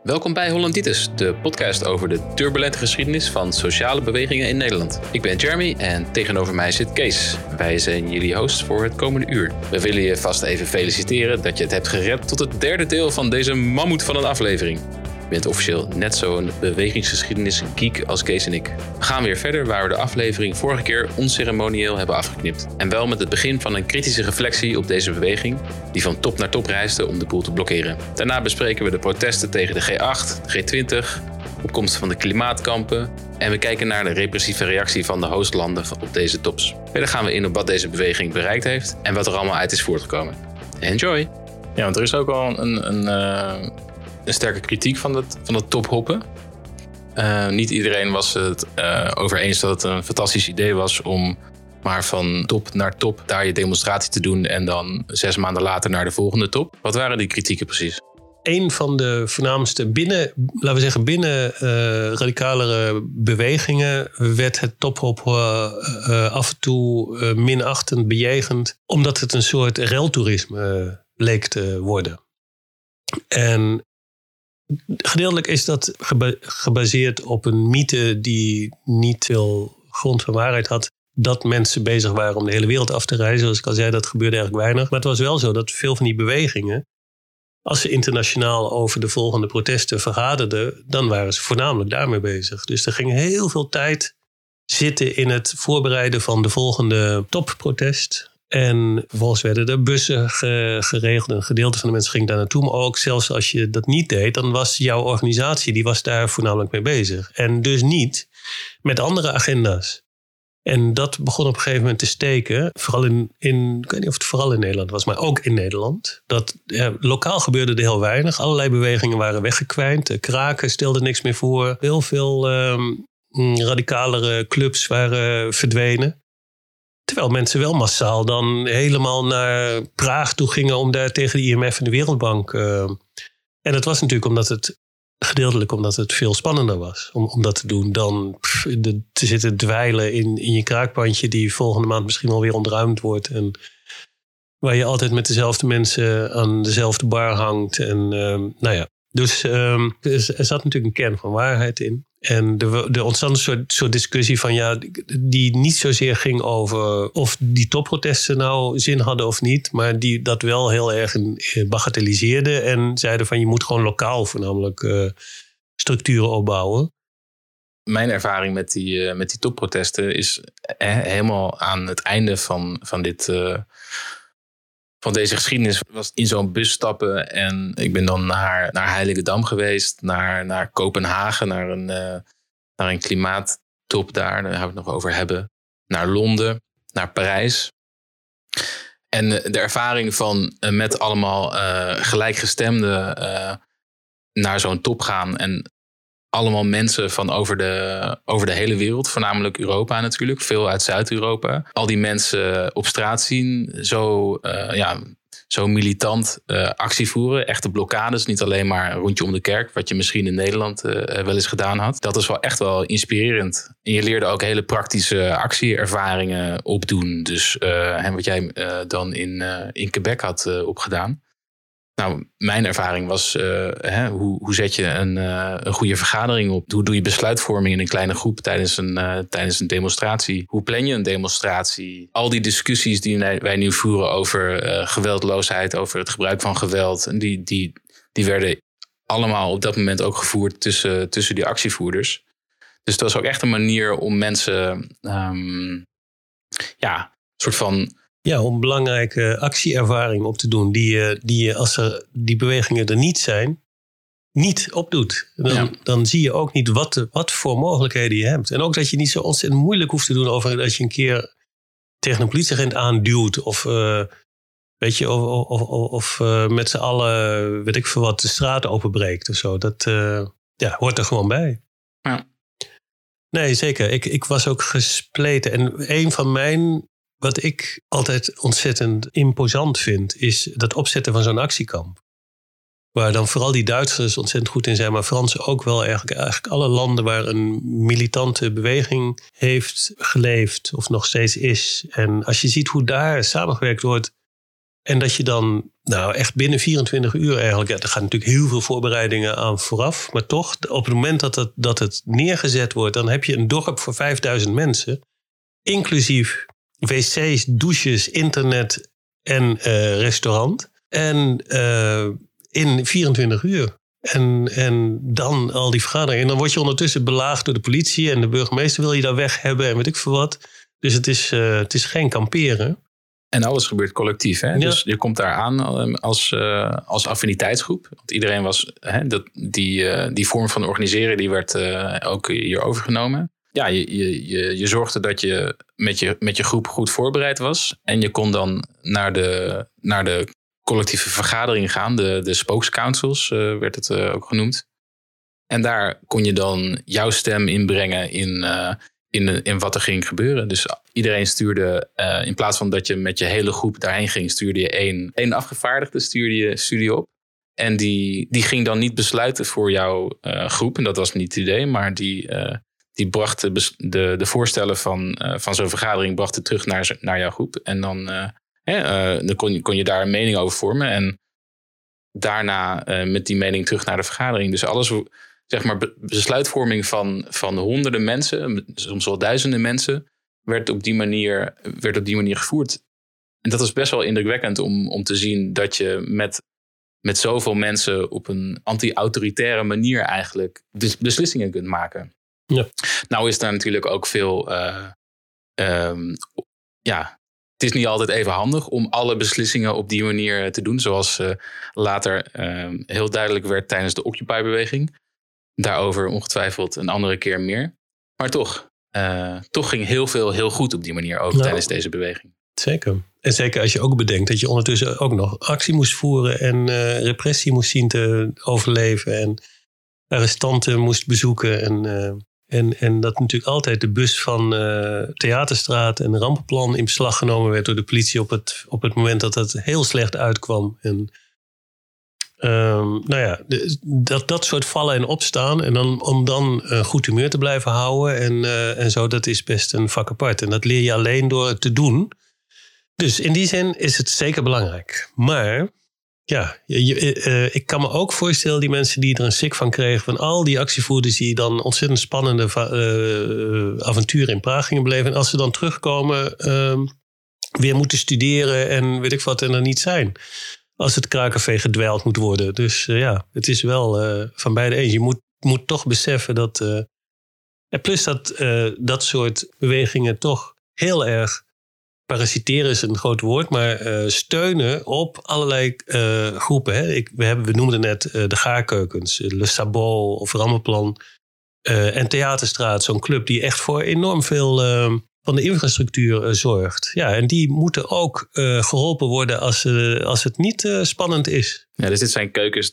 Welkom bij Hollanditis, de podcast over de turbulente geschiedenis van sociale bewegingen in Nederland. Ik ben Jeremy en tegenover mij zit Kees. Wij zijn jullie hosts voor het komende uur. We willen je vast even feliciteren dat je het hebt gered tot het derde deel van deze mammoet van een aflevering. Je bent officieel net zo'n bewegingsgeschiedenis-geek als Kees en ik. We gaan weer verder waar we de aflevering vorige keer onceremonieel hebben afgeknipt. En wel met het begin van een kritische reflectie op deze beweging, die van top naar top reisde om de boel te blokkeren. Daarna bespreken we de protesten tegen de G8, de G20, opkomst van de klimaatkampen en we kijken naar de repressieve reactie van de hostlanden op deze tops. Verder gaan we in op wat deze beweging bereikt heeft en wat er allemaal uit is voortgekomen. Enjoy! Ja, want er is ook al een sterke kritiek van het tophoppen. Niet iedereen was het over eens dat het een fantastisch idee was om maar van top naar top daar je demonstratie te doen en dan 6 maanden later naar de volgende top. Wat waren die kritieken precies? Een van de voornaamste binnen radicalere bewegingen werd het tophoppen af en toe minachtend bejegend, omdat het een soort reltoerisme leek te worden. En gedeeltelijk is dat gebaseerd op een mythe die niet veel grond van waarheid had. Dat mensen bezig waren om de hele wereld af te reizen. Zoals ik al zei, dat gebeurde eigenlijk weinig. Maar het was wel zo dat veel van die bewegingen, als ze internationaal over de volgende protesten vergaderden, dan waren ze voornamelijk daarmee bezig. Dus er ging heel veel tijd zitten in het voorbereiden van de volgende topprotest. En vervolgens werden er bussen geregeld. Een gedeelte van de mensen ging daar naartoe. Maar ook zelfs als je dat niet deed, dan was jouw organisatie, die was daar voornamelijk mee bezig. En dus niet met andere agenda's. En dat begon op een gegeven moment te steken. Vooral ik weet niet of het vooral in Nederland was, maar ook in Nederland. Lokaal gebeurde er heel weinig. Allerlei bewegingen waren weggekwijnd. De kraken stelden niks meer voor. Heel veel radicalere clubs waren verdwenen. Terwijl mensen wel massaal dan helemaal naar Praag toe gingen om daar tegen de IMF en de Wereldbank. En dat was natuurlijk gedeeltelijk omdat het veel spannender was om dat te doen dan te zitten dweilen in je kraakpandje die volgende maand misschien alweer ontruimd wordt. En waar je altijd met dezelfde mensen aan dezelfde bar hangt. En Dus er zat natuurlijk een kern van waarheid in. En er ontstond een soort discussie van die niet zozeer ging over of die topprotesten nou zin hadden of niet, maar die dat wel heel erg bagatelliseerden en zeiden van je moet gewoon lokaal voornamelijk structuren opbouwen. Mijn ervaring met die topprotesten is helemaal aan het einde van deze geschiedenis was in zo'n bus stappen. En ik ben dan naar Heiligendamm geweest, naar Kopenhagen, naar een klimaattop daar gaan we het nog over hebben. Naar Londen, naar Parijs. En de ervaring van met allemaal gelijkgestemden naar zo'n top gaan en allemaal mensen van over de hele wereld, voornamelijk Europa natuurlijk, veel uit Zuid-Europa. Al die mensen op straat zien, zo militant actie voeren. Echte blokkades, niet alleen maar een rondje om de kerk, wat je misschien in Nederland wel eens gedaan had. Dat is wel echt wel inspirerend. En je leerde ook hele praktische actieervaringen opdoen. Dus wat jij dan in Quebec had opgedaan. Nou, mijn ervaring was, hoe zet je een goede vergadering op? Hoe doe je besluitvorming in een kleine groep tijdens een demonstratie? Hoe plan je een demonstratie? Al die discussies die wij nu voeren over geweldloosheid, over het gebruik van geweld, die werden allemaal op dat moment ook gevoerd tussen die actievoerders. Dus dat was ook echt een manier om mensen, soort van... Ja, om belangrijke actieervaring op te doen die je als die bewegingen er niet zijn, niet opdoet. Dan zie je ook niet wat voor mogelijkheden je hebt. En ook dat je niet zo ontzettend moeilijk hoeft te doen over dat je een keer tegen een politieagent aanduwt of met z'n allen, weet ik veel wat, de straat openbreekt of zo. Dat hoort er gewoon bij. Ja. Nee, zeker. Ik was ook gespleten. En een van wat ik altijd ontzettend imposant vind, is dat opzetten van zo'n actiekamp. Waar dan vooral die Duitsers ontzettend goed in zijn, maar Fransen ook wel eigenlijk alle landen waar een militante beweging heeft geleefd of nog steeds is. En als je ziet hoe daar samengewerkt wordt en dat je dan Nou, echt binnen 24 uur eigenlijk. Ja, er gaan natuurlijk heel veel voorbereidingen aan vooraf. Maar toch, op het moment dat het neergezet wordt, dan heb je een dorp voor 5000 mensen. Inclusief wc's, douches, internet en restaurant. En in 24 uur. En dan al die vergaderingen. En dan word je ondertussen belaagd door de politie. En de burgemeester wil je daar weg hebben en weet ik veel wat. Dus het is geen kamperen. En alles gebeurt collectief. Hè? Ja. Dus je komt daar aan als affiniteitsgroep. Want iedereen was... die vorm van organiseren die werd ook hier overgenomen. Ja, je zorgde dat je met je groep goed voorbereid was. En je kon dan naar de collectieve vergadering gaan. De spokescouncils werd het ook genoemd. En daar kon je dan jouw stem inbrengen in wat er ging gebeuren. Dus iedereen stuurde, in plaats van dat je met je hele groep daarheen ging, stuurde je één afgevaardigde stuurde je op. En die ging dan niet besluiten voor jouw groep. En dat was niet het idee, maar die bracht de voorstellen van zo'n vergadering bracht het terug naar jouw groep. En dan kon je daar een mening over vormen. En daarna met die mening terug naar de vergadering. Dus alles, zeg maar, besluitvorming van honderden mensen, soms wel duizenden mensen, werd op die manier gevoerd. En dat is best wel indrukwekkend om te zien dat je met zoveel mensen op een anti-autoritaire manier eigenlijk beslissingen kunt maken. Ja. Nou is daar natuurlijk ook veel... het is niet altijd even handig om alle beslissingen op die manier te doen. Zoals later heel duidelijk werd tijdens de Occupy-beweging. Daarover ongetwijfeld een andere keer meer. Maar toch ging heel veel heel goed op die manier ook tijdens deze beweging. Zeker. En zeker als je ook bedenkt dat je ondertussen ook nog actie moest voeren en repressie moest zien te overleven en arrestanten moest bezoeken. En dat natuurlijk altijd de bus van Theaterstraat en Rampenplan in beslag genomen werd door de politie op het moment dat het heel slecht uitkwam. En dat soort vallen en opstaan. En dan, om dan goed humeur te blijven houden en zo, dat is best een vak apart. En dat leer je alleen door het te doen. Dus in die zin is het zeker belangrijk. Maar ja, ik kan me ook voorstellen, die mensen die er een sik van kregen, van al die actievoerders die dan ontzettend spannende avonturen in Praag gingen beleven. En als ze dan terugkomen, weer moeten studeren en weet ik wat en er niet zijn. Als het kraakcafé gedwijld moet worden. Dus het is wel van beide eens. Je moet toch beseffen dat... plus dat soort bewegingen toch heel erg... Parasiteren is een groot woord, maar steunen op allerlei groepen. Hè. We noemden net de Gaarkeukens, Le Sabot of Rampenplan en Theaterstraat. Zo'n club die echt voor enorm veel van de infrastructuur zorgt. Ja, en die moeten ook geholpen worden als het niet spannend is. Ja, dus dit zijn keukens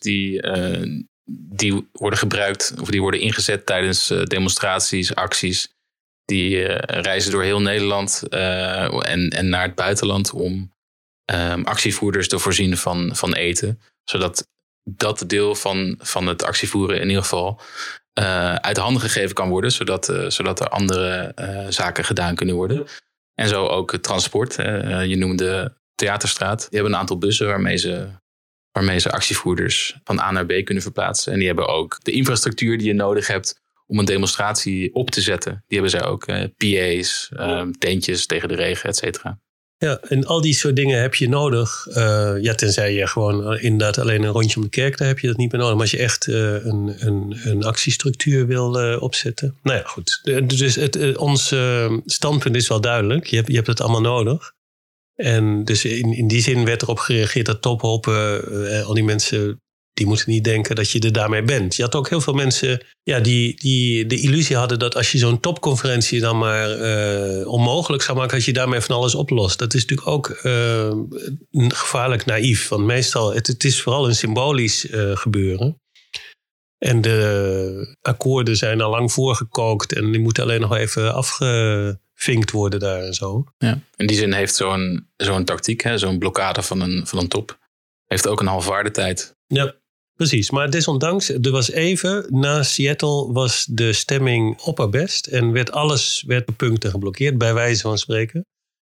die worden gebruikt of die worden ingezet tijdens demonstraties, acties. Die reizen door heel Nederland en naar het buitenland om actievoerders te voorzien van eten. Zodat dat deel van het actievoeren in ieder geval uit handen gegeven kan worden. Zodat er andere zaken gedaan kunnen worden. En zo ook het transport. Je noemde Theaterstraat. Die hebben een aantal bussen waarmee ze actievoerders van A naar B kunnen verplaatsen. En die hebben ook de infrastructuur die je nodig hebt om een demonstratie op te zetten. Die hebben zij ook. PA's, tentjes tegen de regen, et cetera. Ja, en al die soort dingen heb je nodig. Tenzij je gewoon inderdaad alleen een rondje om de kerk, daar heb je dat niet meer nodig. Maar als je echt een actiestructuur wil opzetten. Nou ja, goed. Dus ons standpunt is wel duidelijk. Je hebt het allemaal nodig. En dus in die zin werd erop gereageerd dat tophopen, al die mensen, die moeten niet denken dat je er daarmee bent. Je had ook heel veel mensen die de illusie hadden dat als je zo'n topconferentie dan maar onmogelijk zou maken, dat je daarmee van alles oplost. Dat is natuurlijk ook gevaarlijk naïef. Want meestal, het is vooral een symbolisch gebeuren. En de akkoorden zijn al lang voorgekookt en die moeten alleen nog even afgevinkt worden daar en zo. Ja, in die zin heeft zo'n tactiek, zo'n blokkade van een top, heeft ook een halfwaardetijd. Ja, precies. Maar desondanks, er was even, na Seattle was de stemming opperbest en werd op punten geblokkeerd, bij wijze van spreken.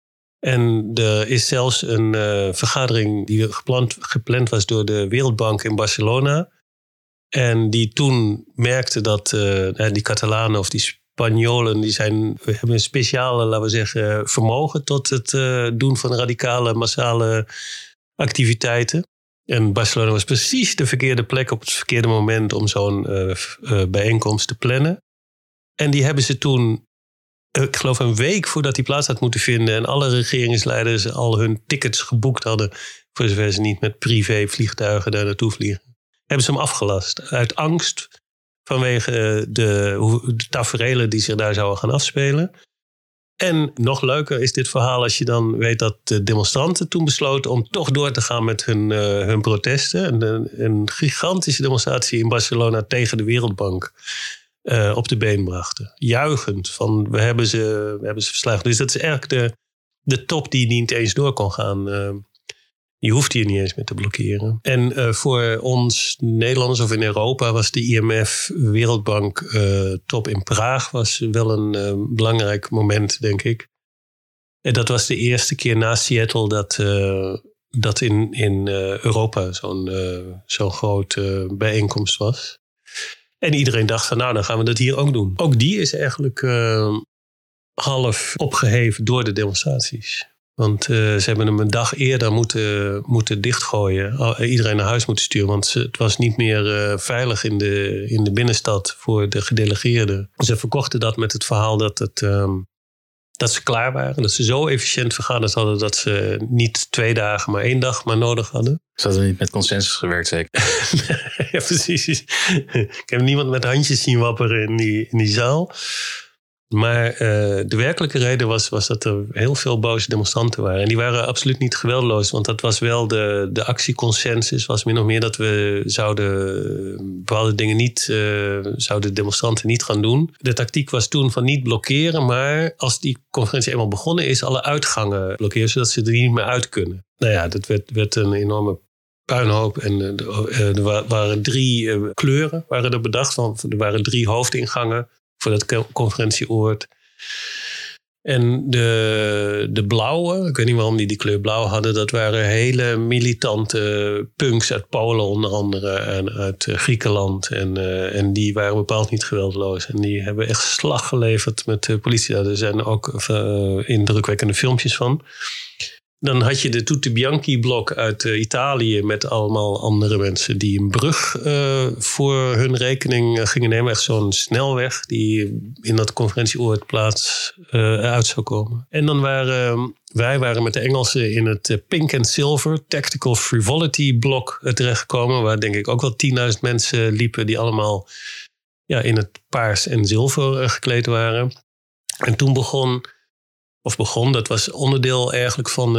En er is zelfs een vergadering die gepland was door de Wereldbank in Barcelona. En die toen merkte dat die Catalanen of die Spanjolen, die hebben een speciale, laten we zeggen, vermogen tot het doen van radicale, massale activiteiten. En Barcelona was precies de verkeerde plek op het verkeerde moment om zo'n bijeenkomst te plannen. En die hebben ze toen, ik geloof een week voordat die plaats had moeten vinden en alle regeringsleiders al hun tickets geboekt hadden, voor zover ze niet met privévliegtuigen daar naartoe vliegen, hebben ze hem afgelast. Uit angst vanwege de taferelen die zich daar zouden gaan afspelen. En nog leuker is dit verhaal als je dan weet dat de demonstranten toen besloten om toch door te gaan met hun protesten. Een gigantische demonstratie in Barcelona tegen de Wereldbank op de been brachten. Juichend van we hebben ze verslagen. Dus dat is eigenlijk de top die niet eens door kon gaan. Je hoeft hier niet eens meer te blokkeren. En voor ons Nederlanders of in Europa was de IMF Wereldbank top in Praag was wel een belangrijk moment, denk ik. En dat was de eerste keer na Seattle dat in Europa zo'n grote bijeenkomst was. En iedereen dacht van dan gaan we dat hier ook doen. Ook die is eigenlijk half opgeheven door de demonstraties. Want ze hebben hem een dag eerder moeten dichtgooien. Iedereen naar huis moeten sturen. Want het was niet meer veilig in de binnenstad voor de gedelegeerden. Ze verkochten dat met het verhaal dat ze klaar waren. Dat ze zo efficiënt vergaderd hadden dat ze niet 2 dagen, maar 1 dag maar nodig hadden. Ze hadden niet met consensus gewerkt, zeker? Ja, precies. Ik heb niemand met handjes zien wapperen in die zaal. Maar de werkelijke reden was dat er heel veel boze demonstranten waren. En die waren absoluut niet geweldloos. Want dat was wel de actieconsensus. Was min of meer dat we bepaalde dingen niet zouden demonstranten niet gaan doen. De tactiek was toen van niet blokkeren. Maar als die conferentie eenmaal begonnen is, alle uitgangen blokkeren. Zodat ze er niet meer uit kunnen. Nou ja, dat werd een enorme puinhoop. En er waren 3 kleuren waren er bedacht. Er waren 3 hoofdingangen voor dat conferentieoord. En de blauwe, ik weet niet waarom die kleur blauw hadden, dat waren hele militante punks uit Polen onder andere en uit Griekenland. En die waren bepaald niet geweldloos. En die hebben echt slag geleverd met de politie. Er zijn ook indrukwekkende filmpjes van. Dan had je de Tutti Bianchi-blok uit Italië met allemaal andere mensen die een brug voor hun rekening gingen nemen. Echt zo'n snelweg die in dat conferentieoord plaats uit zou komen. En dan waren met de Engelsen in het Pink and Silver Tactical Frivolity blok terechtgekomen. Waar denk ik ook wel 10.000 mensen liepen die allemaal in het paars en zilver gekleed waren. En toen dat was onderdeel eigenlijk van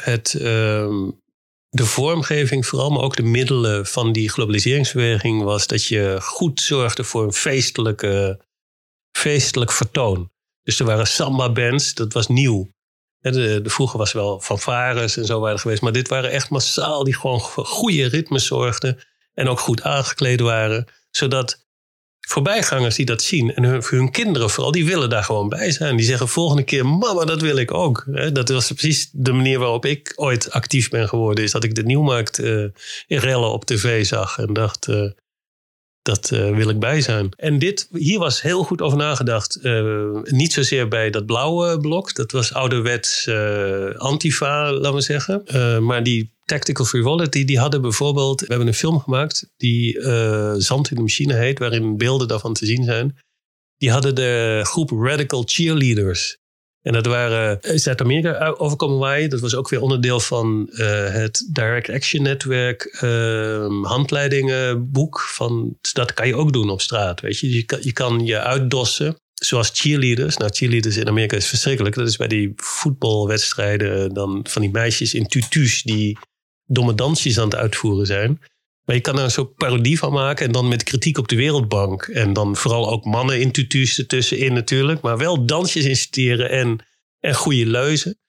de vormgeving vooral, maar ook de middelen van die globaliseringsbeweging was dat je goed zorgde voor een feestelijk vertoon. Dus er waren samba-bands, dat was nieuw. Vroeger was wel fanfares en zo waren geweest, maar dit waren echt massaal die gewoon goede ritmes zorgden en ook goed aangekleed waren, zodat voorbijgangers die dat zien en hun kinderen vooral, die willen daar gewoon bij zijn. Die zeggen volgende keer, mama, dat wil ik ook. Dat was precies de manier waarop ik ooit actief ben geworden. Is dat ik de Nieuwmarkt rellen op tv zag en dacht, dat wil ik bij zijn. En hier was heel goed over nagedacht. Niet zozeer bij dat blauwe blok. Dat was ouderwets Antifa, laten we zeggen. Maar die Tactical Frivolity, die hadden bijvoorbeeld, we hebben een film gemaakt die Zand in de Machine heet, waarin beelden daarvan te zien zijn. Die hadden de groep Radical Cheerleaders. En dat waren Zuid-Amerika overkomen waaien. Dat was ook weer onderdeel van het Direct Action Netwerk handleidingenboek. Dat kan je ook doen op straat. Weet je? Je kan je uitdossen. Zoals cheerleaders. Nou, cheerleaders in Amerika is verschrikkelijk. Dat is bij die voetbalwedstrijden dan van die meisjes in tutus die domme dansjes aan het uitvoeren zijn. Maar je kan er een soort parodie van maken en dan met kritiek op de Wereldbank. En dan vooral ook mannen in tutus ertussenin natuurlijk. Maar wel dansjes instuderen en goede leuzen.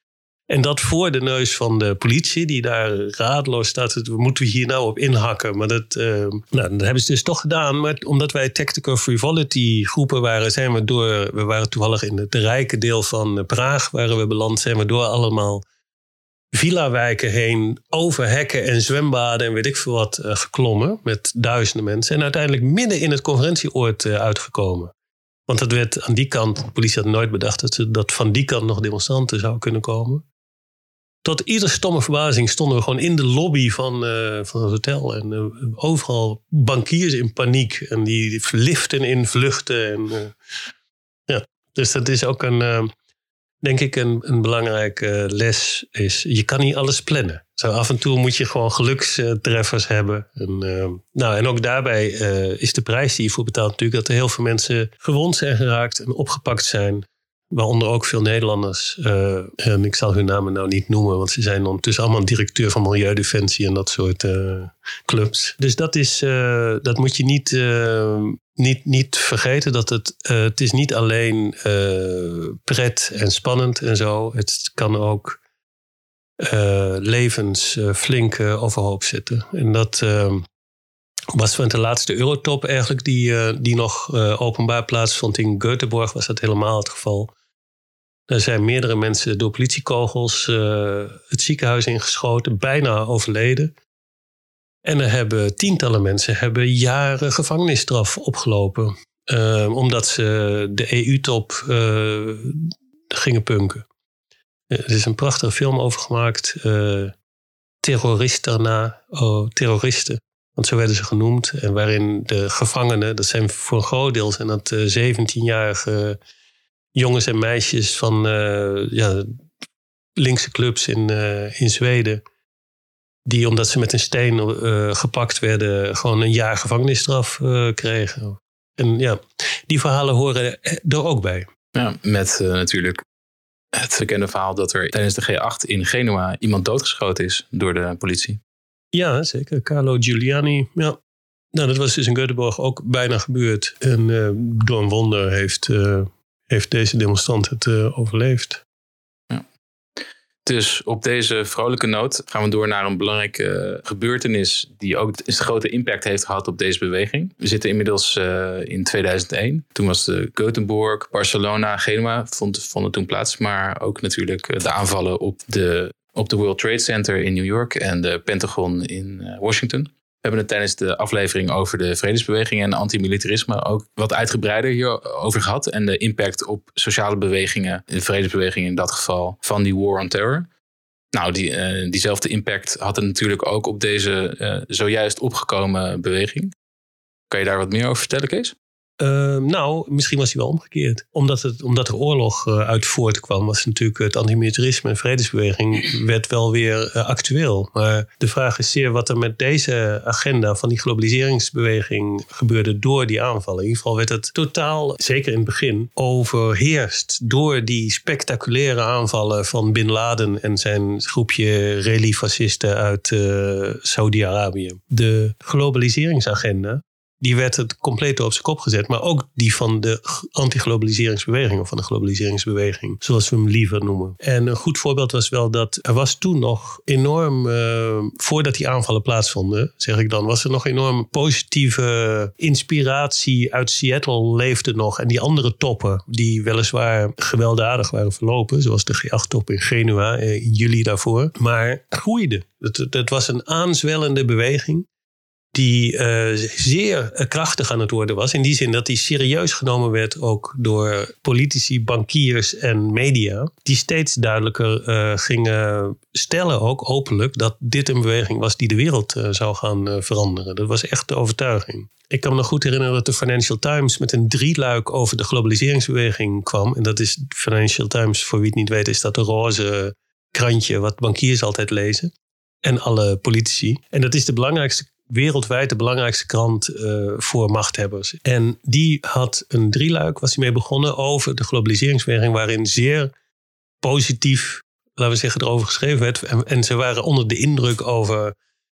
En dat voor de neus van de politie, die daar radeloos staat. Moeten we hier nou op inhakken? Maar dat hebben ze dus toch gedaan. Maar omdat wij tactical frivolity groepen waren, we waren toevallig in het rijke deel van Praag, waren we beland, zijn we door allemaal villa-wijken heen, over hekken en zwembaden en weet ik veel wat geklommen met duizenden mensen. En uiteindelijk midden in het conferentieoord uitgekomen. Want dat werd aan die kant, de politie had nooit bedacht dat van die kant nog demonstranten zouden kunnen komen. Tot ieder stomme verbazing stonden we gewoon in de lobby van het hotel. En overal bankiers in paniek. En die liften in vluchten. En, dus dat is ook denk ik een belangrijke les. Je kan niet alles plannen. Zo af en toe moet je gewoon gelukstreffers hebben. En ook daarbij is de prijs die je voor betaalt natuurlijk dat er heel veel mensen gewond zijn geraakt en opgepakt zijn. Waaronder ook veel Nederlanders. En ik zal hun namen nou niet noemen, want ze zijn ondertussen allemaal directeur van Milieudefensie en dat soort clubs. Dus dat moet je niet vergeten. Dat het is niet alleen pret en spannend en zo. Het kan ook levens flink overhoop zetten. En dat was van de laatste Eurotop eigenlijk die nog openbaar plaatsvond. In Göteborg was dat helemaal het geval. Er zijn meerdere mensen door politiekogels het ziekenhuis ingeschoten, bijna overleden. En er hebben tientallen mensen jaren gevangenisstraf opgelopen. Omdat ze de EU-top gingen punken. Er is een prachtige film over gemaakt. Terroristen. Want zo werden ze genoemd. En waarin de gevangenen, dat zijn voor een groot deel zijn dat 17-jarige jongens en meisjes van linkse clubs in Zweden. Die omdat ze met een steen gepakt werden, gewoon een jaar gevangenisstraf kregen. En ja, die verhalen horen er ook bij. Ja, met natuurlijk het bekende verhaal dat er tijdens de G8 in Genua iemand doodgeschoten is door de politie. Ja, zeker. Carlo Giuliani. Ja. Nou, dat was dus in Göteborg ook bijna gebeurd. En door een wonder heeft deze demonstrant het overleefd. Ja. Dus op deze vrolijke noot gaan we door naar een belangrijke gebeurtenis die ook een grote impact heeft gehad op deze beweging. We zitten inmiddels in 2001. Toen was de Göteborg, Barcelona, Genua vonden toen plaats. Maar ook natuurlijk de aanvallen op de World Trade Center in New York en de Pentagon in Washington. We hebben het tijdens de aflevering over de vredesbeweging en antimilitarisme ook wat uitgebreider hierover gehad. En de impact op sociale bewegingen, de vredesbeweging in dat geval, van die War on Terror. Nou, diezelfde impact had het natuurlijk ook op deze zojuist opgekomen beweging. Kan je daar wat meer over vertellen, Kees? Misschien was hij wel omgekeerd. Omdat er oorlog uit voortkwam, was natuurlijk het antimilitarisme en vredesbeweging werd wel weer actueel. Maar de vraag is zeer wat er met deze agenda van die globaliseringsbeweging gebeurde door die aanvallen. In ieder geval werd het totaal, zeker in het begin, overheerst door die spectaculaire aanvallen van Bin Laden en zijn groepje reliefascisten uit Saudi-Arabië. De globaliseringsagenda, die werd het compleet op zijn kop gezet. Maar ook die van de anti-globaliseringsbeweging of van de globaliseringsbeweging, zoals we hem liever noemen. En een goed voorbeeld was wel dat er was toen nog enorm, voordat die aanvallen plaatsvonden, zeg ik dan, was er nog enorm positieve inspiratie uit Seattle leefde nog. En die andere toppen die weliswaar gewelddadig waren verlopen, zoals de G8-top in Genua in juli daarvoor, maar groeide. Het was een aanzwellende beweging die zeer krachtig aan het worden was. In die zin dat die serieus genomen werd ook door politici, bankiers en media. Die steeds duidelijker gingen stellen, ook openlijk, dat dit een beweging was die de wereld zou gaan veranderen. Dat was echt de overtuiging. Ik kan me nog goed herinneren dat de Financial Times met een drieluik over de globaliseringsbeweging kwam. En dat is Financial Times, voor wie het niet weet, is dat een roze krantje wat bankiers altijd lezen. En alle politici. En dat is wereldwijd de belangrijkste krant voor machthebbers. En die had een drieluik, was hij mee begonnen, over de globaliseringsbeweging, waarin zeer positief, laten we zeggen, erover geschreven werd. En ze waren onder de indruk over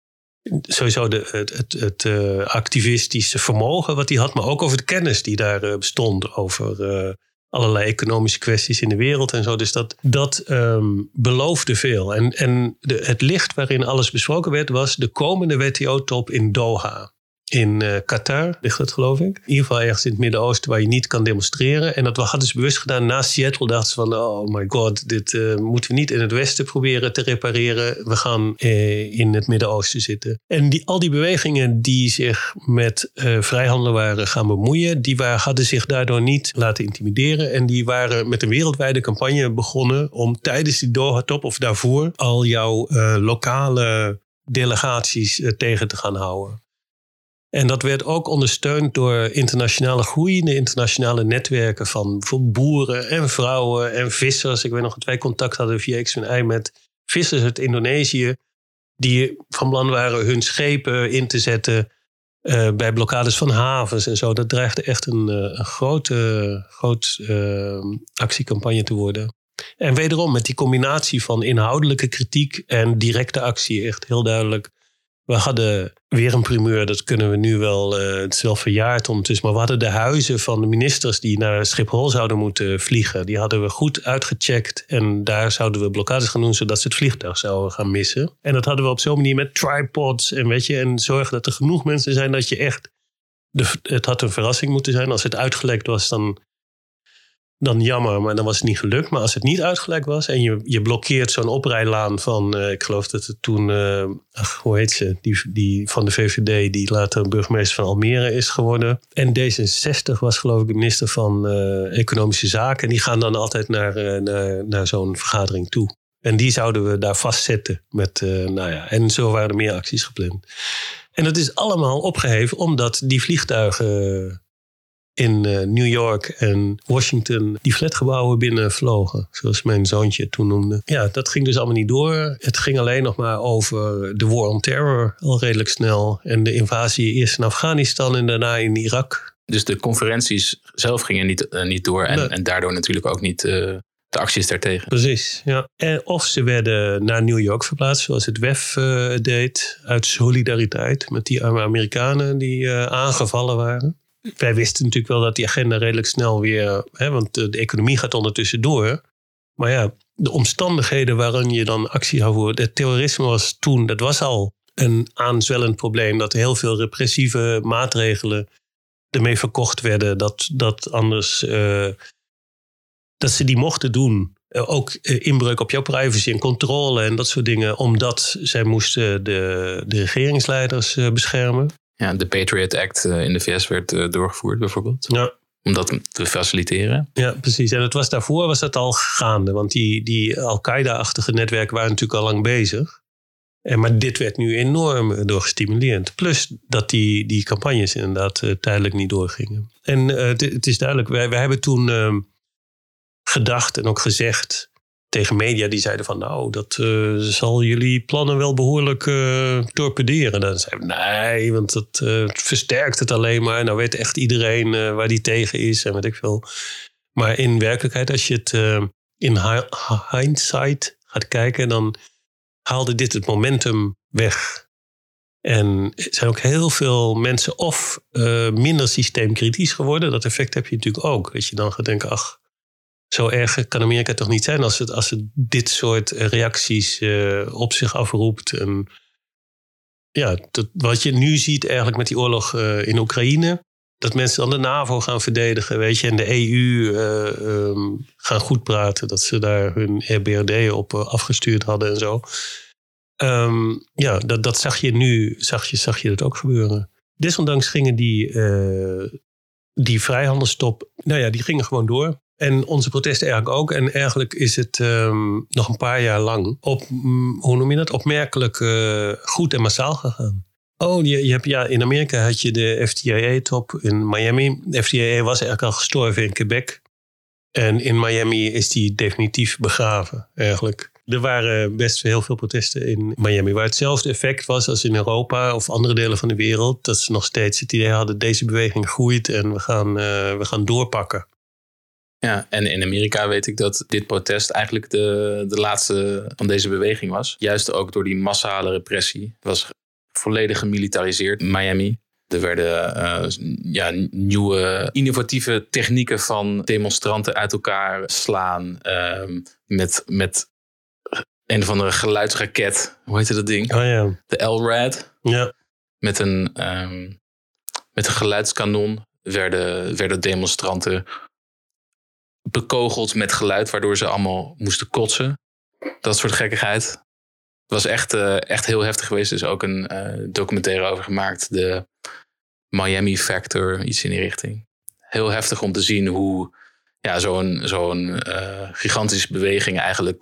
sowieso het activistische vermogen wat hij had, maar ook over de kennis die daar bestond over allerlei economische kwesties in de wereld en zo. Dus dat beloofde veel. En het licht waarin alles besproken werd was de komende WTO-top in Doha. In Qatar ligt dat, geloof ik. In ieder geval ergens in het Midden-Oosten waar je niet kan demonstreren. En dat hadden ze bewust gedaan. Na Seattle dachten ze van, oh my god, dit moeten we niet in het Westen proberen te repareren. We gaan in het Midden-Oosten zitten. En al die bewegingen die zich met vrijhandel waren gaan bemoeien, hadden zich daardoor niet laten intimideren. En die waren met een wereldwijde campagne begonnen om tijdens die Doha-top of daarvoor al jouw lokale delegaties tegen te gaan houden. En dat werd ook ondersteund door groeiende internationale netwerken van bijvoorbeeld boeren en vrouwen en vissers. Ik weet nog dat wij contact hadden via X&I met vissers uit Indonesië die van plan waren hun schepen in te zetten bij blokkades van havens en zo. Dat dreigde echt een grote actiecampagne te worden. En wederom met die combinatie van inhoudelijke kritiek en directe actie, echt heel duidelijk. We hadden weer een primeur, dat kunnen we nu wel, het is wel verjaard ondertussen. Maar we hadden de huizen van de ministers die naar Schiphol zouden moeten vliegen. Die hadden we goed uitgecheckt en daar zouden we blokkades gaan doen, zodat ze het vliegtuig zouden gaan missen. En dat hadden we op zo'n manier met tripods en zorgen dat er genoeg mensen zijn dat je echt, het had een verrassing moeten zijn. Als het uitgelekt was, dan jammer, maar dan was het niet gelukt. Maar als het niet uitgelekt was en je blokkeert zo'n oprijlaan van, ik geloof dat het toen, hoe heet ze, die van de VVD, die later burgemeester van Almere is geworden. En D66 was geloof ik de minister van Economische Zaken. En die gaan dan altijd naar zo'n vergadering toe. En die zouden we daar vastzetten met, en zo waren er meer acties gepland. En dat is allemaal opgeheven omdat die vliegtuigen in New York en Washington die flatgebouwen binnenvlogen. Zoals mijn zoontje toen noemde. Ja, dat ging dus allemaal niet door. Het ging alleen nog maar over de war on terror al redelijk snel. En de invasie eerst in Afghanistan en daarna in Irak. Dus de conferenties zelf gingen niet door. En daardoor natuurlijk ook niet de acties daartegen. Precies, ja. Of ze werden naar New York verplaatst, zoals het WEF deed. Uit solidariteit met die arme Amerikanen die aangevallen waren. Wij wisten natuurlijk wel dat die agenda redelijk snel weer, want de economie gaat ondertussen door. Maar ja, de omstandigheden waarin je dan actie zou voeren. Het terrorisme was toen, dat was al een aanzwellend probleem. Dat heel veel repressieve maatregelen ermee verkocht werden. Dat anders, dat ze die mochten doen. Ook inbreuk op jouw privacy en controle en dat soort dingen. Omdat zij moesten de regeringsleiders beschermen. Ja, de Patriot Act in de VS werd doorgevoerd bijvoorbeeld. Ja. Om dat te faciliteren. Ja, precies. En daarvoor was dat al gaande. Want die Al-Qaeda-achtige netwerken waren natuurlijk al lang bezig. Maar dit werd nu enorm door gestimuleerd. Plus dat die campagnes inderdaad tijdelijk niet doorgingen. En het is duidelijk, wij hebben toen gedacht en ook gezegd tegen media die zeiden van dat zal jullie plannen wel behoorlijk torpederen. Dan zeiden we nee, want dat versterkt het alleen maar. Nou weet echt iedereen waar die tegen is en weet ik veel. Maar in werkelijkheid, als je het in hindsight gaat kijken, dan haalde dit het momentum weg. En er zijn ook heel veel mensen of minder systeemkritisch geworden. Dat effect heb je natuurlijk ook. Dat je dan gaat denken, zo erg kan Amerika toch niet zijn als het dit soort reacties op zich afroept. En ja, wat je nu ziet eigenlijk met die oorlog in Oekraïne, dat mensen dan de NAVO gaan verdedigen, weet je, en de EU gaan goed praten, dat ze daar hun EBRD op afgestuurd hadden en zo. Dat zag je nu, zag je dat ook gebeuren. Desondanks gingen die vrijhandelstop, die gingen gewoon door. En onze protesten eigenlijk ook. En eigenlijk is het nog een paar jaar lang opmerkelijk goed en massaal gegaan. In Amerika had je de FTAA-top in Miami. De FTAA was eigenlijk al gestorven in Quebec. En in Miami is die definitief begraven eigenlijk. Er waren best heel veel protesten in Miami. Waar hetzelfde effect was als in Europa of andere delen van de wereld. Dat ze nog steeds het idee hadden, deze beweging groeit en we gaan doorpakken. Ja, en in Amerika weet ik dat dit protest eigenlijk de laatste van deze beweging was. Juist ook door die massale repressie. Het was volledig gemilitariseerd in Miami. Er werden nieuwe innovatieve technieken van demonstranten uit elkaar slaan. Met een of andere geluidsraket. Hoe heette dat ding? Oh ja. De LRAD. Ja. Met een geluidskanon werden demonstranten bekogeld met geluid, waardoor ze allemaal moesten kotsen. Dat soort gekkigheid. Het was echt heel heftig geweest. Er is ook een documentaire over gemaakt. De Miami Factor, iets in die richting. Heel heftig om te zien hoe zo'n gigantische beweging eigenlijk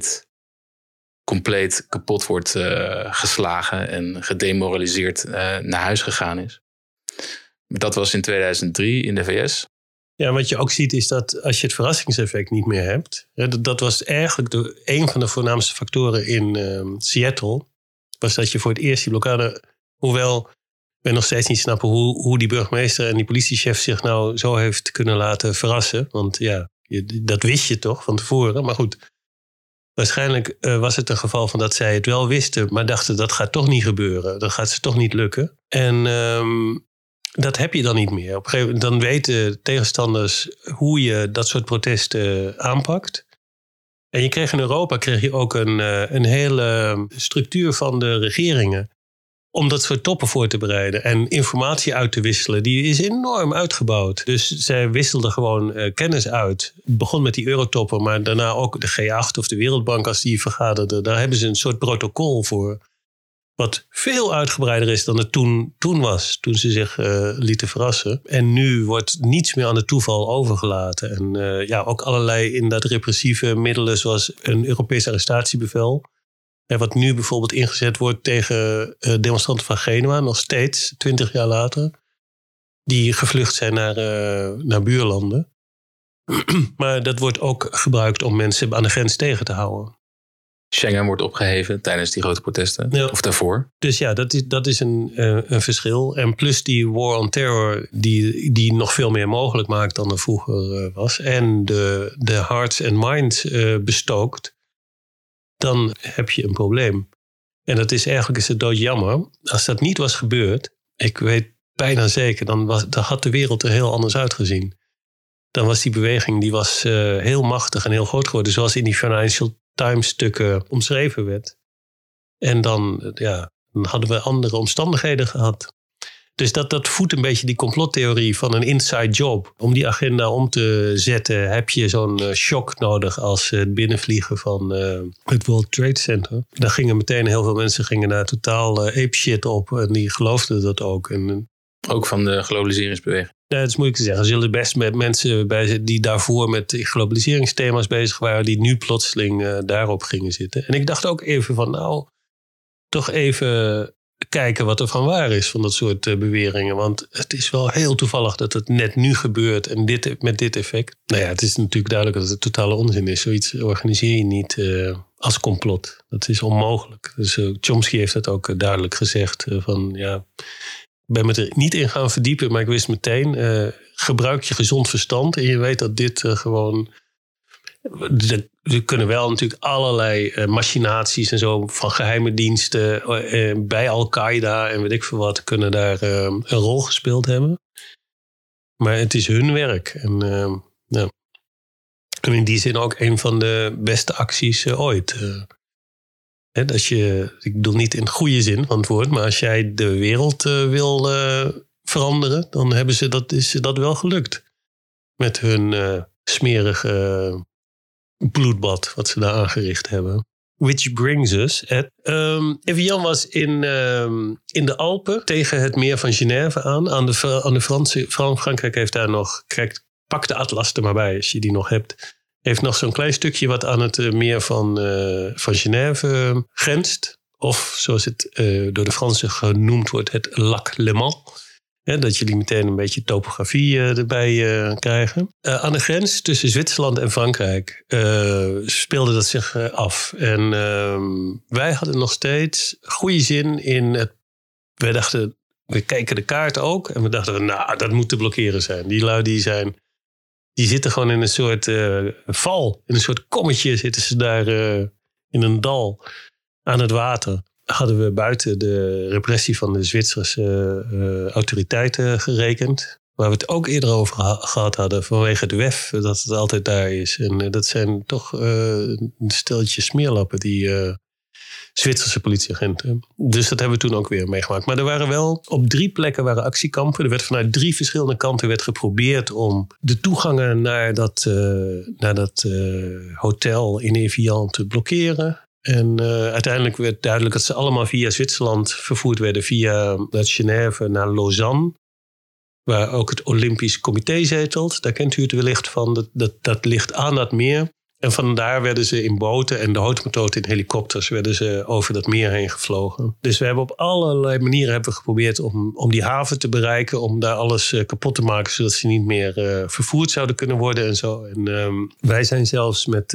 compleet kapot wordt geslagen en gedemoraliseerd naar huis gegaan is. Dat was in 2003 in de VS. Ja, wat je ook ziet is dat als je het verrassingseffect niet meer hebt. Dat was eigenlijk een van de voornaamste factoren in Seattle. Was dat je voor het eerst die blokkade. Hoewel we nog steeds niet snappen hoe die burgemeester en die politiechef zich nou zo heeft kunnen laten verrassen. Want ja, dat wist je toch van tevoren. Maar goed, waarschijnlijk was het een geval van dat zij het wel wisten. Maar dachten dat gaat toch niet gebeuren. Dat gaat ze toch niet lukken. En dat heb je dan niet meer. Op een gegeven moment dan weten tegenstanders hoe je dat soort protesten aanpakt. En je kreeg in Europa ook een hele structuur van de regeringen om dat soort toppen voor te bereiden en informatie uit te wisselen. Die is enorm uitgebouwd. Dus zij wisselden gewoon kennis uit. Het begon met die eurotoppen, maar daarna ook de G8 of de Wereldbank als die vergaderden. Daar hebben ze een soort protocol voor. Wat veel uitgebreider is dan het toen was. Toen ze zich lieten verrassen. En nu wordt niets meer aan het toeval overgelaten. En ook allerlei inderdaad repressieve middelen zoals een Europees arrestatiebevel. Wat nu bijvoorbeeld ingezet wordt tegen demonstranten van Genua. Nog steeds, 20 jaar later. Die gevlucht zijn naar buurlanden. Maar dat wordt ook gebruikt om mensen aan de grens tegen te houden. Schengen wordt opgeheven tijdens die grote protesten. Ja. Of daarvoor. Dus ja, dat is een verschil. En plus die war on terror die nog veel meer mogelijk maakt dan er vroeger was. En de hearts and minds bestookt. Dan heb je een probleem. En dat is het doodjammer. Als dat niet was gebeurd, ik weet bijna zeker, dan had de wereld er heel anders uitgezien. Dan was die beweging heel machtig en heel groot geworden. Zoals in die Financial Times stukken omschreven werd. En dan hadden we andere omstandigheden gehad. Dus dat voedt een beetje die complottheorie van een inside job. Om die agenda om te zetten heb je zo'n shock nodig als het binnenvliegen van het World Trade Center. Daar gingen meteen heel veel mensen daar totaal apeshit op. En die geloofden dat ook. Ook van de globaliseringsbeweging. Ja, dat is moeilijk te zeggen. Er zullen best met mensen bij zitten die daarvoor met globaliseringsthema's bezig waren, die nu plotseling daarop gingen zitten. En ik dacht ook even van toch even kijken wat er van waar is van dat soort beweringen. Want het is wel heel toevallig dat het net nu gebeurt en met dit effect. Nou ja, het is natuurlijk duidelijk dat het totale onzin is. Zoiets organiseer je niet als complot. Dat is onmogelijk. Dus Chomsky heeft dat ook duidelijk gezegd. Ik ben me er niet in gaan verdiepen, maar ik wist meteen, gebruik je gezond verstand en je weet dat dit gewoon. Er kunnen wel natuurlijk allerlei machinaties en zo van geheime diensten bij Al-Qaeda en weet ik veel wat, kunnen daar een rol gespeeld hebben. Maar het is hun werk. En in die zin ook een van de beste acties ooit. Ik bedoel niet in goede zin van het woord, maar als jij de wereld wil veranderen, dan is dat wel gelukt. Met hun smerige bloedbad wat ze daar aangericht hebben. Which brings us Evian was in de Alpen tegen het meer van Genève aan de Franse. Frankrijk heeft daar nog, pak de atlas er maar bij als je die nog hebt. Heeft nog zo'n klein stukje wat aan het meer van Genève grenst. Of zoals het door de Fransen genoemd wordt, het Lac Léman. Dat jullie meteen een beetje topografie erbij krijgen. Aan de grens tussen Zwitserland en Frankrijk speelde dat zich af. En wij hadden nog steeds goede zin in het. Wij dachten, we kijken de kaart ook. En we dachten, dat moet te blokkeren zijn. Die lui die zitten gewoon in een soort val. In een soort kommetje zitten ze daar in een dal aan het water. hadden we buiten de repressie van de Zwitserse autoriteiten gerekend. Waar we het ook eerder over gehad hadden vanwege de WEF, dat het altijd daar is. En dat zijn toch een steltje smeerlappen, die Zwitserse politieagenten. Dus dat hebben we toen ook weer meegemaakt. Maar er waren wel op 3 plekken waren actiekampen. Er werd vanuit 3 verschillende kanten geprobeerd om de toegangen naar dat hotel in Evian te blokkeren. En uiteindelijk werd duidelijk dat ze allemaal via Zwitserland vervoerd werden. Via Genève naar Lausanne. Waar ook het Olympisch Comité zetelt. Daar kent u het wellicht van. Dat ligt aan dat meer. En vandaar werden ze in boten en de houtmethode in helikopters werden ze over dat meer heen gevlogen. Dus we hebben op allerlei manieren geprobeerd om die haven te bereiken. Om daar alles kapot te maken zodat ze niet meer vervoerd zouden kunnen worden en zo. En wij zijn zelfs met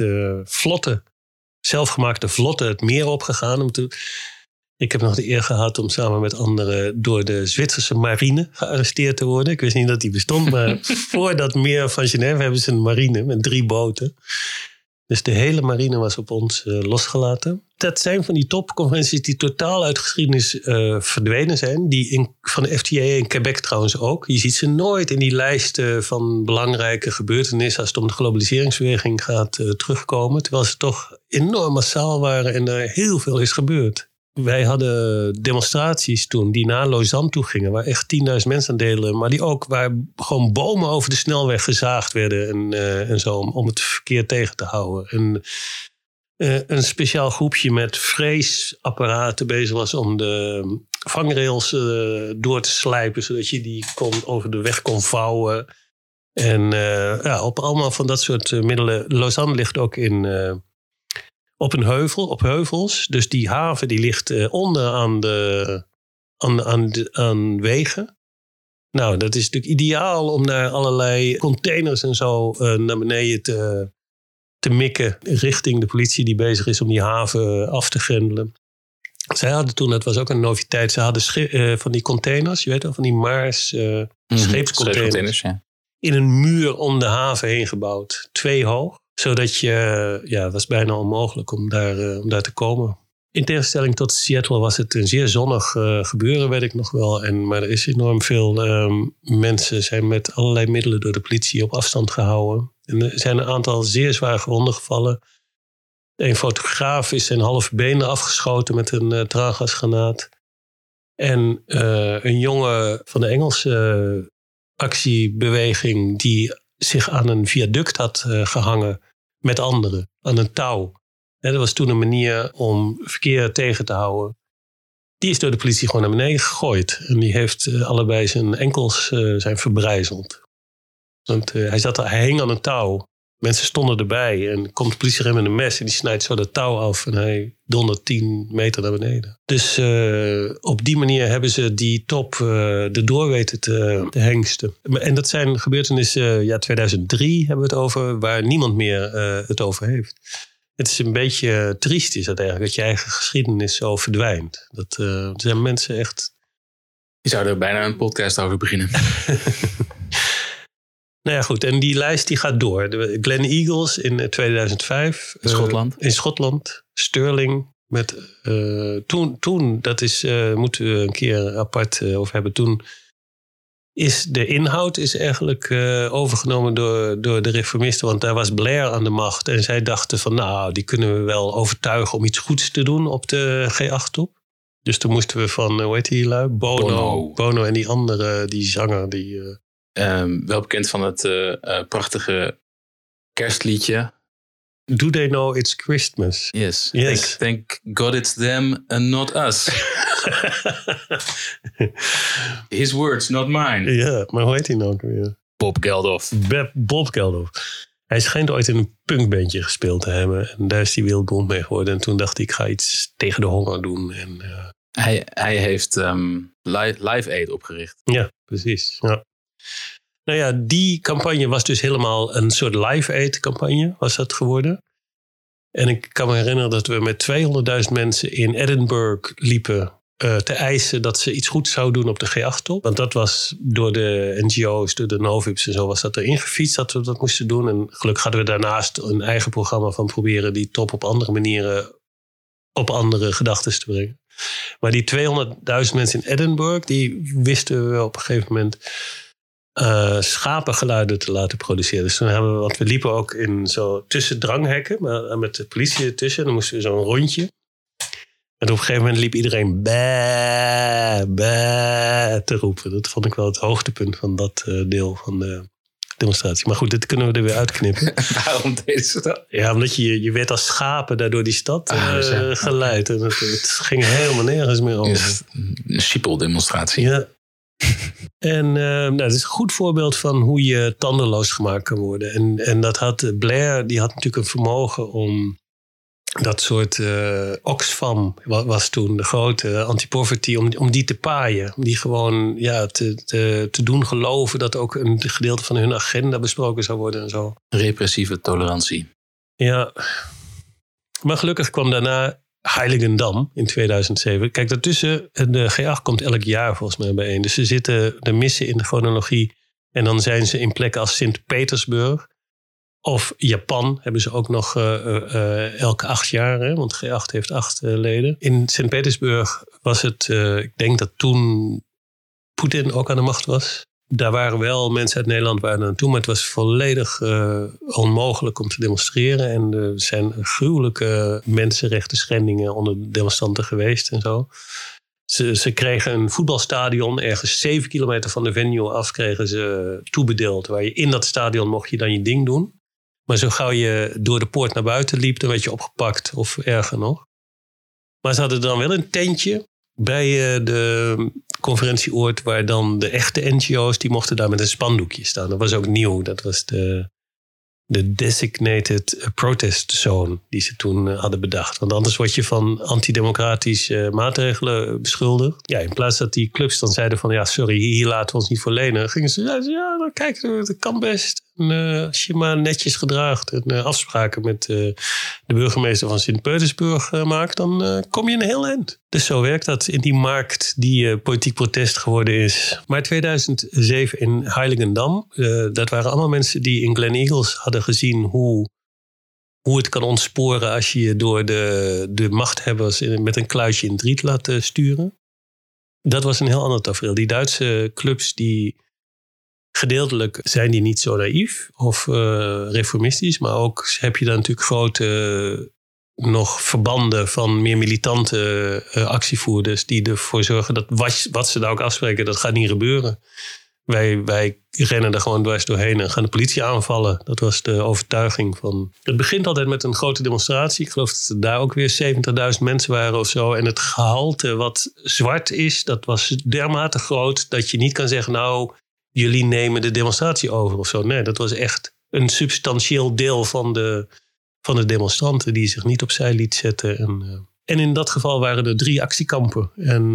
zelfgemaakte vlotten het meer opgegaan. Ik heb nog de eer gehad om samen met anderen door de Zwitserse marine gearresteerd te worden. Ik wist niet dat die bestond, maar voor dat meer van Genève hebben ze een marine met 3 boten. Dus de hele marine was op ons losgelaten. Dat zijn van die topconferenties die totaal uit de geschiedenis verdwenen zijn. Die van de FTA in Quebec trouwens ook. Je ziet ze nooit in die lijsten van belangrijke gebeurtenissen als het om de globaliseringsbeweging gaat terugkomen. Terwijl ze toch enorm massaal waren en er heel veel is gebeurd. Wij hadden demonstraties toen die naar Lausanne toe gingen. Waar echt 10.000 mensen aan deden. Maar die ook waar gewoon bomen over de snelweg gezaagd werden. En zo om het verkeer tegen te houden. En een speciaal groepje met vreesapparaten bezig was om de vangrails door te slijpen. Zodat je die over de weg kon vouwen. En op allemaal van dat soort middelen. Lausanne ligt ook op een heuvel, op heuvels. Dus die haven die ligt onder aan wegen. Nou, dat is natuurlijk ideaal om naar allerlei containers en zo naar beneden te mikken. Richting de politie die bezig is om die haven af te grendelen. Zij hadden toen, dat was ook een noviteit, ze hadden van die containers, je weet wel, van die Maars scheepscontainers. Ja. In een muur om de haven heen gebouwd. 2 hoog. Zodat het was bijna onmogelijk om daar te komen. In tegenstelling tot Seattle was het een zeer zonnig gebeuren, weet ik nog wel. Maar er is enorm veel mensen zijn met allerlei middelen door de politie op afstand gehouden. En er zijn een aantal zeer zwaar gewonden gevallen. Een fotograaf is zijn halve benen afgeschoten met een traangasgranaat. En een jongen van de Engelse actiebeweging die zich aan een viaduct had gehangen met anderen, aan een touw. Dat was toen een manier om verkeer tegen te houden. Die is door de politie gewoon naar beneden gegooid. En die heeft allebei zijn enkels zijn verbrijzeld. Want hij hing aan een touw. Mensen stonden erbij en komt de politie met een mes en die snijdt zo dat touw af en hij dondert 10 meter naar beneden. Dus op die manier hebben ze die top erdoor weten te hengsten. En dat zijn gebeurtenissen, 2003 hebben we het over, waar niemand meer het over heeft. Het is een beetje triest is dat eigenlijk, dat je eigen geschiedenis zo verdwijnt. Dat zijn mensen echt... Je zou er bijna een podcast over beginnen. Nou ja, goed. En die lijst die gaat door. De Glen Eagles in 2005. In Schotland. Stirling. Toen, dat is, moeten we een keer apart over hebben. Toen is de inhoud eigenlijk overgenomen door de reformisten. Want daar was Blair aan de macht. En zij dachten van, die kunnen we wel overtuigen om iets goeds te doen op de G8-top. Dus toen moesten we van, hoe heet die lui? Bono en die andere, die zanger, die... wel bekend van het prachtige kerstliedje. Do they know it's Christmas? Yes. Thank God it's them and not us. His words, not mine. Ja, maar hoe heet hij nou ook weer? Bob Geldof. Bob Geldof. Hij schijnt ooit in een punkbandje gespeeld te hebben. En daar is hij wereldberoemd mee geworden. En toen dacht ik ga iets tegen de honger doen. En, hij heeft Live Aid opgericht. Ja, precies. Ja. Nou ja, die campagne was dus helemaal een soort Live Aid campagne was dat geworden. En ik kan me herinneren dat we met 200.000 mensen in Edinburgh liepen te eisen dat ze iets goeds zouden doen op de G8-top. Want dat was door de NGO's, door de Novips en zo was dat erin gefietst dat we dat moesten doen. En gelukkig hadden we daarnaast een eigen programma van proberen die top op andere manieren op andere gedachten te brengen. Maar die 200.000 mensen in Edinburgh, die wisten we op een gegeven moment schapengeluiden te laten produceren. Dus toen want we liepen ook in zo tussen dranghekken, maar met de politie ertussen. Dan moesten we zo'n rondje. En op een gegeven moment liep iedereen baa te roepen. Dat vond ik wel het hoogtepunt van dat deel van de demonstratie. Maar goed, dit kunnen we er weer uitknippen. Waarom deden ze dat? Ja, omdat je werd als schapen daardoor die stad geleid. En het ging helemaal nergens meer over. Een Schiphol-demonstratie. Ja. En dat is een goed voorbeeld van hoe je tandenloos gemaakt kan worden. En dat had Blair, die had natuurlijk een vermogen om dat soort Oxfam was toen de grote anti-poverty, om die te paaien. Om die gewoon te doen geloven dat ook een gedeelte van hun agenda besproken zou worden en zo. Repressieve tolerantie. Ja. Maar gelukkig kwam daarna Heiligendamm in 2007. Kijk, daartussen, de G8 komt elk jaar volgens mij bijeen. Dus ze zitten de missen in de chronologie. En dan zijn ze in plekken als Sint-Petersburg. Of Japan hebben ze ook nog elke 8 jaar. Hè? Want G8 heeft 8 leden. In Sint-Petersburg was het, ik denk dat toen Poetin ook aan de macht was. Daar waren wel mensen uit Nederland naartoe. Maar het was volledig onmogelijk om te demonstreren. En er zijn gruwelijke mensenrechten schendingen onder de demonstranten geweest en zo. Ze kregen een voetbalstadion ergens 7 kilometer van de venue af. Kregen ze toebedeeld. Waar je in dat stadion mocht je dan je ding doen. Maar zo gauw je door de poort naar buiten liep, dan werd je opgepakt of erger nog. Maar ze hadden dan wel een tentje bij de conferentieoord waar dan de echte NGO's, die mochten daar met een spandoekje staan. Dat was ook nieuw. Dat was de designated protest zone die ze toen hadden bedacht. Want anders word je van antidemocratische maatregelen beschuldigd. Ja, in plaats dat die clubs dan zeiden van ja, sorry, hier laten we ons niet voor lenen. Gingen ze ja, kijk, dat kan best. En, als je maar netjes gedraagt en afspraken met de burgemeester van Sint-Petersburg maakt, dan kom je een heel eind. Dus zo werkt dat in die markt die politiek protest geworden is. Maar 2007 in Heiligendamm, dat waren allemaal mensen die in Glen Eagles hadden gezien hoe het kan ontsporen als je je door de machthebbers met een kluitje in het riet laat sturen. Dat was een heel ander tafereel. Die Duitse clubs, die gedeeltelijk zijn die niet zo naïef of reformistisch, maar ook heb je dan natuurlijk grote nog verbanden van meer militante actievoerders die ervoor zorgen dat wat ze daar ook afspreken, dat gaat niet gebeuren. Wij rennen er gewoon dwars doorheen en gaan de politie aanvallen. Dat was de overtuiging van. Het begint altijd met een grote demonstratie. Ik geloof dat er daar ook weer 70.000 mensen waren of zo. En het gehalte wat zwart is, dat was dermate groot dat je niet kan zeggen, nou, jullie nemen de demonstratie over of zo. Nee, dat was echt een substantieel deel van de demonstranten die zich niet opzij liet zetten. En in dat geval waren er 3 actiekampen. En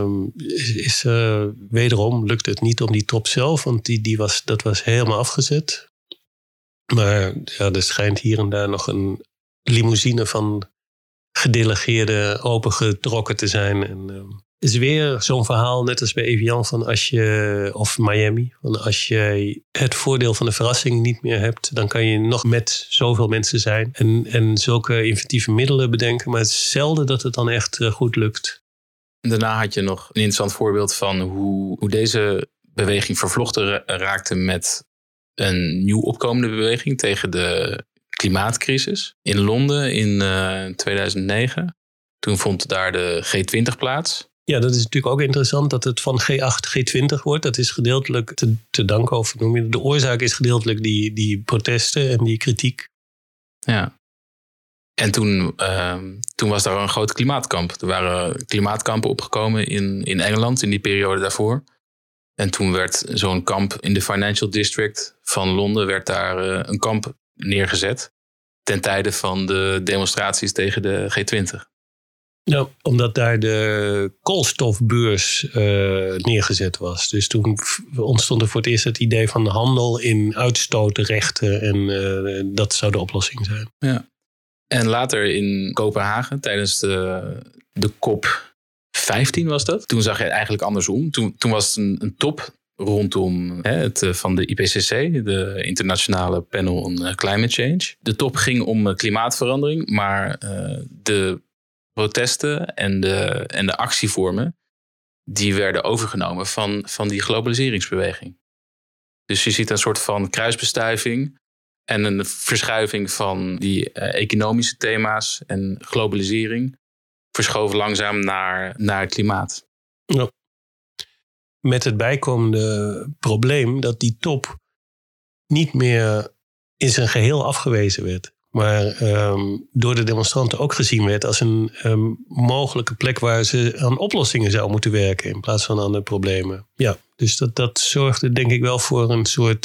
wederom lukte het niet om die top zelf, want dat was helemaal afgezet. Maar ja, er schijnt hier en daar nog een limousine van gedelegeerden opengetrokken te zijn. En is weer zo'n verhaal, net als bij Evian, van of Miami. Van als je het voordeel van de verrassing niet meer hebt, dan kan je nog met zoveel mensen zijn. En zulke inventieve middelen bedenken. Maar het is zelden dat het dan echt goed lukt. Daarna had je nog een interessant voorbeeld van hoe deze beweging vervlochten raakte met een nieuw opkomende beweging tegen de klimaatcrisis. In Londen in 2009. Toen vond daar de G20 plaats. Ja, dat is natuurlijk ook interessant dat het van G8 G20 wordt. Dat is gedeeltelijk te danken, of noem je het. De oorzaak is gedeeltelijk die protesten en die kritiek. Ja. En toen was daar een groot klimaatkamp. Er waren klimaatkampen opgekomen in Engeland in die periode daarvoor. En toen werd zo'n kamp in de Financial District van Londen, werd daar een kamp neergezet ten tijde van de demonstraties tegen de G20. Nou, omdat daar de koolstofbeurs neergezet was. Dus toen ontstond er voor het eerst het idee van handel in uitstootrechten. En dat zou de oplossing zijn. Ja. En later in Kopenhagen, tijdens de COP 15 was dat. Toen zag je het eigenlijk andersom. Toen was het een top rondom van de IPCC, de Internationale Panel on Climate Change. De top ging om klimaatverandering, maar de protesten en de actievormen die werden overgenomen van die globaliseringsbeweging. Dus je ziet een soort van kruisbestuiving en een verschuiving van die economische thema's en globalisering verschoven langzaam naar het klimaat. Ja. Met het bijkomende probleem dat die top niet meer in zijn geheel afgewezen werd. Maar door de demonstranten ook gezien werd als een mogelijke plek waar ze aan oplossingen zou moeten werken in plaats van aan de problemen. Ja, dus dat zorgde denk ik wel voor een soort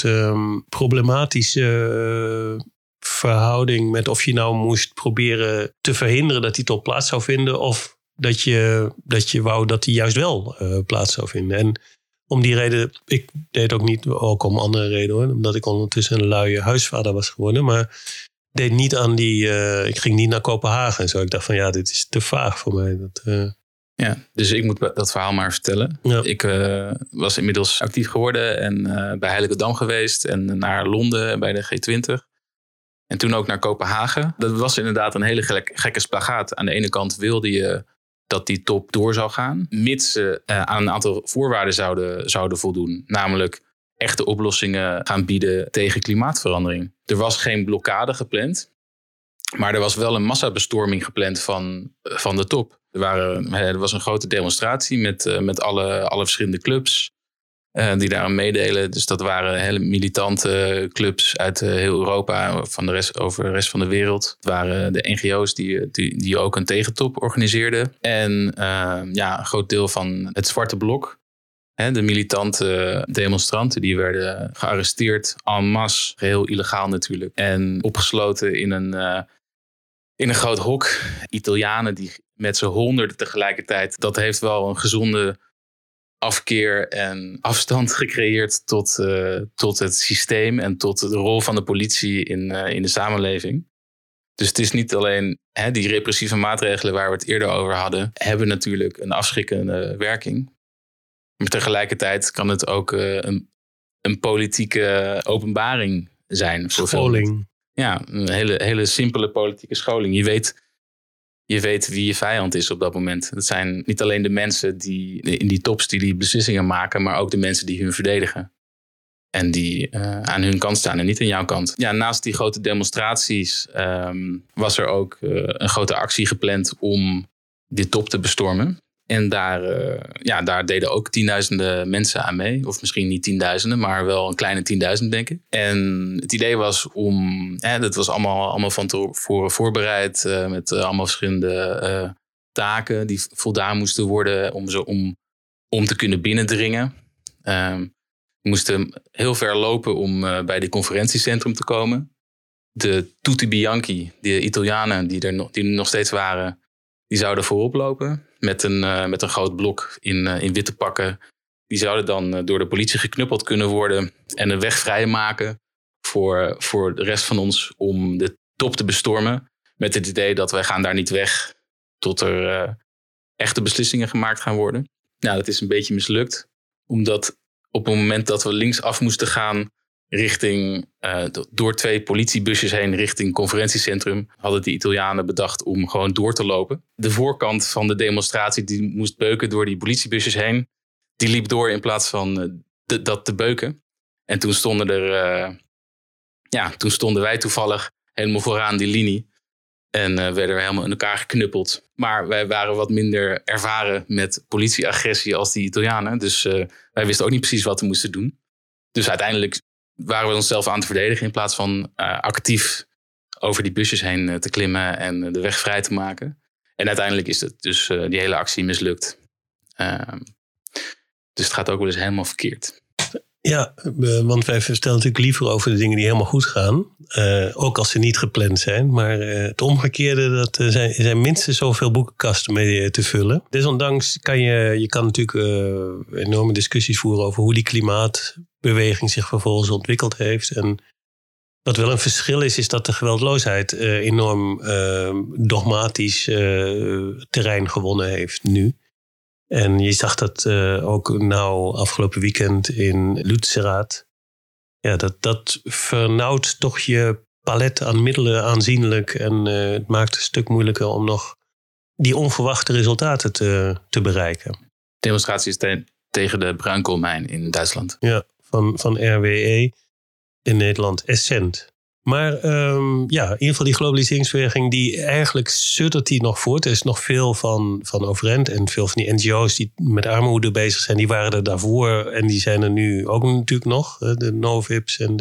problematische verhouding met of je nou moest proberen te verhinderen dat die top plaats zou vinden of dat je wou dat die juist wel plaats zou vinden. En om die reden, ik deed ook om andere redenen hoor, omdat ik ondertussen een luie huisvader was geworden, maar deed niet aan ik ging niet naar Kopenhagen en zo. Ik dacht van ja, dit is te vaag voor mij. Ja, dus ik moet dat verhaal maar vertellen. Ja. Ik was inmiddels actief geworden en bij Heiligedam geweest en naar Londen bij de G20. En toen ook naar Kopenhagen. Dat was inderdaad een hele gekke spagaat. Aan de ene kant wilde je dat die top door zou gaan, mits ze aan een aantal voorwaarden zouden voldoen. Namelijk echte oplossingen gaan bieden tegen klimaatverandering. Er was geen blokkade gepland, maar er was wel een massabestorming gepland van de top. Er was een grote demonstratie met alle verschillende clubs die daaraan meedelen. Dus dat waren hele militante clubs uit heel Europa, over de rest van de wereld. Het waren de NGO's die ook een tegentop organiseerden. En een groot deel van het zwarte blok. De militante demonstranten die werden gearresteerd en masse, geheel illegaal natuurlijk. En opgesloten in een groot hok. Italianen die met z'n honderden tegelijkertijd. Dat heeft wel een gezonde afkeer en afstand gecreëerd tot het systeem en tot de rol van de politie in de samenleving. Dus het is niet alleen die repressieve maatregelen waar we het eerder over hadden, hebben natuurlijk een afschrikkende werking. Maar tegelijkertijd kan het ook een politieke openbaring zijn. Scholing. Ja, een hele simpele politieke scholing. Je weet wie je vijand is op dat moment. Dat zijn niet alleen de mensen die in die tops die beslissingen maken, maar ook de mensen die hun verdedigen. En die aan hun kant staan en niet aan jouw kant. Ja, naast die grote demonstraties was er ook een grote actie gepland om die top te bestormen. En daar deden ook tienduizenden mensen aan mee. Of misschien niet tienduizenden, maar wel een kleine 10.000 denk ik. En het idee was dat was allemaal van tevoren voorbereid. Met allemaal verschillende taken die voldaan moesten worden om te kunnen binnendringen. We moesten heel ver lopen om bij dit conferentiecentrum te komen. De Tutti Bianchi, de Italianen die er nog steeds waren, die zouden voorop lopen met een groot blok in witte pakken. Die zouden dan door de politie geknuppeld kunnen worden en een weg vrijmaken voor de rest van ons om de top te bestormen. Met het idee dat wij gaan daar niet weg tot er echte beslissingen gemaakt gaan worden. Nou, dat is een beetje mislukt. Omdat op het moment dat we linksaf moesten gaan door 2 politiebusjes heen richting conferentiecentrum, hadden de Italianen bedacht om gewoon door te lopen. De voorkant van de demonstratie die moest beuken door die politiebusjes heen. Die liep door in plaats van dat te beuken. En toen stonden wij toevallig helemaal vooraan die linie. En werden we helemaal in elkaar geknuppeld. Maar wij waren wat minder ervaren met politieagressie als die Italianen. Dus wij wisten ook niet precies wat we moesten doen. Dus uiteindelijk waren we onszelf aan het verdedigen in plaats van actief over die busjes heen te klimmen en de weg vrij te maken. En uiteindelijk is het dus die hele actie mislukt. Dus het gaat ook wel eens helemaal verkeerd. Ja, want wij vertellen natuurlijk liever over de dingen die helemaal goed gaan. Ook als ze niet gepland zijn. Maar het omgekeerde, dat zijn minstens zoveel boekenkasten mee te vullen. Desondanks kan je natuurlijk enorme discussies voeren over hoe die klimaatbeweging zich vervolgens ontwikkeld heeft. En wat wel een verschil is dat de geweldloosheid enorm dogmatisch terrein gewonnen heeft nu. En je zag dat ook afgelopen weekend in Lützerath. Ja, dat vernauwt toch je palet aan middelen aanzienlijk. En het maakt het een stuk moeilijker om nog die onverwachte resultaten te bereiken. Demonstraties tegen de bruinkoolmijn in Duitsland. Ja, van RWE in Nederland, Essent. Maar in ieder geval die globaliseringsbeweging, die eigenlijk suddert die nog voort. Er is nog veel van overeind. En veel van die NGO's die met armoede bezig zijn, die waren er daarvoor. En die zijn er nu ook natuurlijk nog. De Novips en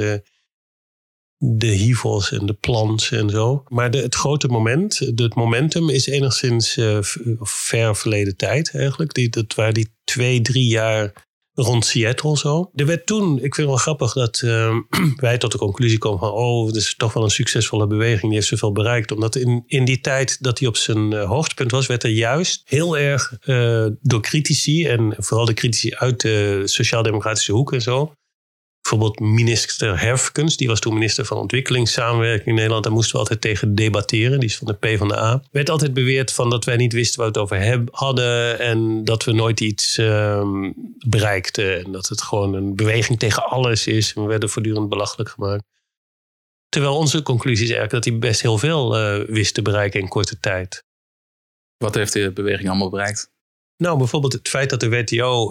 de HIVO's en de Plans en zo. Maar het grote momentum is enigszins ver verleden tijd eigenlijk. Dat waren die 2-3 jaar rond Seattle zo. Er werd toen, ik vind het wel grappig dat wij tot de conclusie komen van dit is toch wel een succesvolle beweging. Die heeft zoveel bereikt. Omdat in die tijd dat hij op zijn hoogtepunt was, werd er juist heel erg door critici en vooral de critici uit de sociaal-democratische hoek en zo. Bijvoorbeeld minister Herfkens, die was toen minister van Ontwikkelingssamenwerking in Nederland. Daar moesten we altijd tegen debatteren. Die is van de PvdA. Werd altijd beweerd van dat wij niet wisten waar we het over hadden. En dat we nooit iets bereikten. En dat het gewoon een beweging tegen alles is. En we werden voortdurend belachelijk gemaakt. Terwijl onze conclusie is eigenlijk dat hij best heel veel wist te bereiken in korte tijd. Wat heeft de beweging allemaal bereikt? Nou, bijvoorbeeld het feit dat de WTO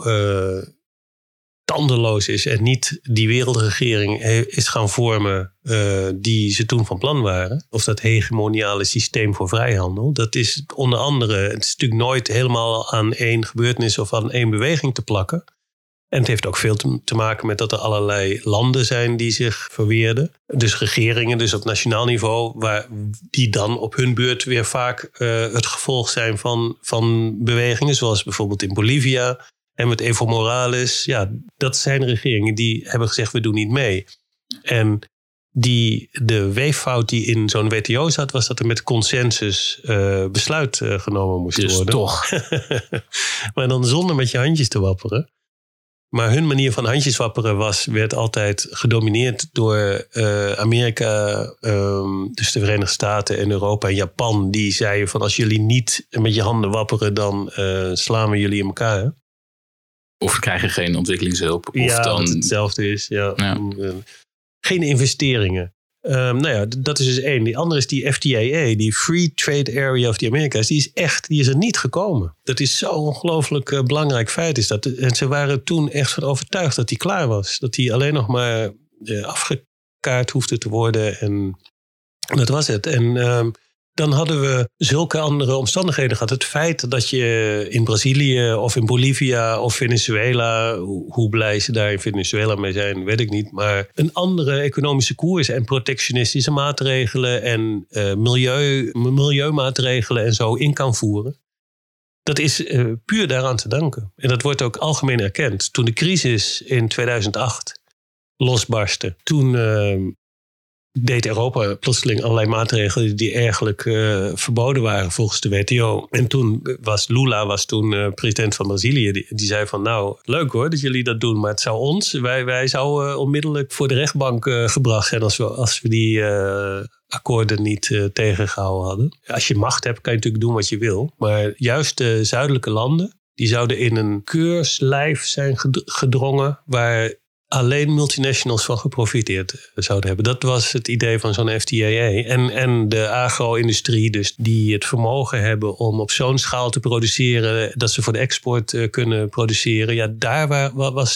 tandeloos is en niet die wereldregering is gaan vormen die ze toen van plan waren. Of dat hegemoniale systeem voor vrijhandel. Dat is onder andere, het is natuurlijk nooit helemaal aan één gebeurtenis of aan één beweging te plakken. En het heeft ook veel te maken met dat er allerlei landen zijn die zich verweerden. Dus regeringen, dus op nationaal niveau, die dan op hun beurt weer vaak het gevolg zijn van bewegingen. Zoals bijvoorbeeld in Bolivia. En met Evo Morales, ja, dat zijn regeringen die hebben gezegd, we doen niet mee. En de weeffout die in zo'n WTO zat, was dat er met consensus besluit genomen moest dus worden. Toch. Maar dan zonder met je handjes te wapperen. Maar hun manier van handjes wapperen werd altijd gedomineerd door Amerika, dus de Verenigde Staten en Europa en Japan. Die zeiden van als jullie niet met je handen wapperen, dan slaan we jullie in elkaar. Hè? Of krijg je geen ontwikkelingshulp. Of ja, dan wat hetzelfde is. Ja. Geen investeringen. Dat is dus één. Die andere is die FTAA, die Free Trade Area of the Americas. Die is er niet gekomen. Dat is zo'n ongelooflijk belangrijk feit. Is dat. En ze waren toen echt van overtuigd dat die klaar was. Dat die alleen nog maar afgekaart hoefde te worden. En dat was het. En dan hadden we zulke andere omstandigheden gehad. Het feit dat je in Brazilië of in Bolivia of Venezuela, hoe blij ze daar in Venezuela mee zijn, weet ik niet. Maar een andere economische koers en protectionistische maatregelen en milieumaatregelen en zo in kan voeren. Dat is puur daaraan te danken. En dat wordt ook algemeen erkend. Toen de crisis in 2008 losbarstte, toen deed Europa plotseling allerlei maatregelen die eigenlijk verboden waren volgens de WTO. En toen was Lula president van Brazilië. Die zei van nou, leuk hoor dat jullie dat doen, maar het zou wij zouden onmiddellijk voor de rechtbank gebracht zijn als we die akkoorden niet tegengehouden hadden. Als je macht hebt, kan je natuurlijk doen wat je wil. Maar juist de zuidelijke landen, die zouden in een keurslijf zijn gedrongen waar alleen multinationals van geprofiteerd zouden hebben. Dat was het idee van zo'n FTAA. En de agro-industrie, dus die het vermogen hebben om op zo'n schaal te produceren, dat ze voor de export kunnen produceren. Ja, daar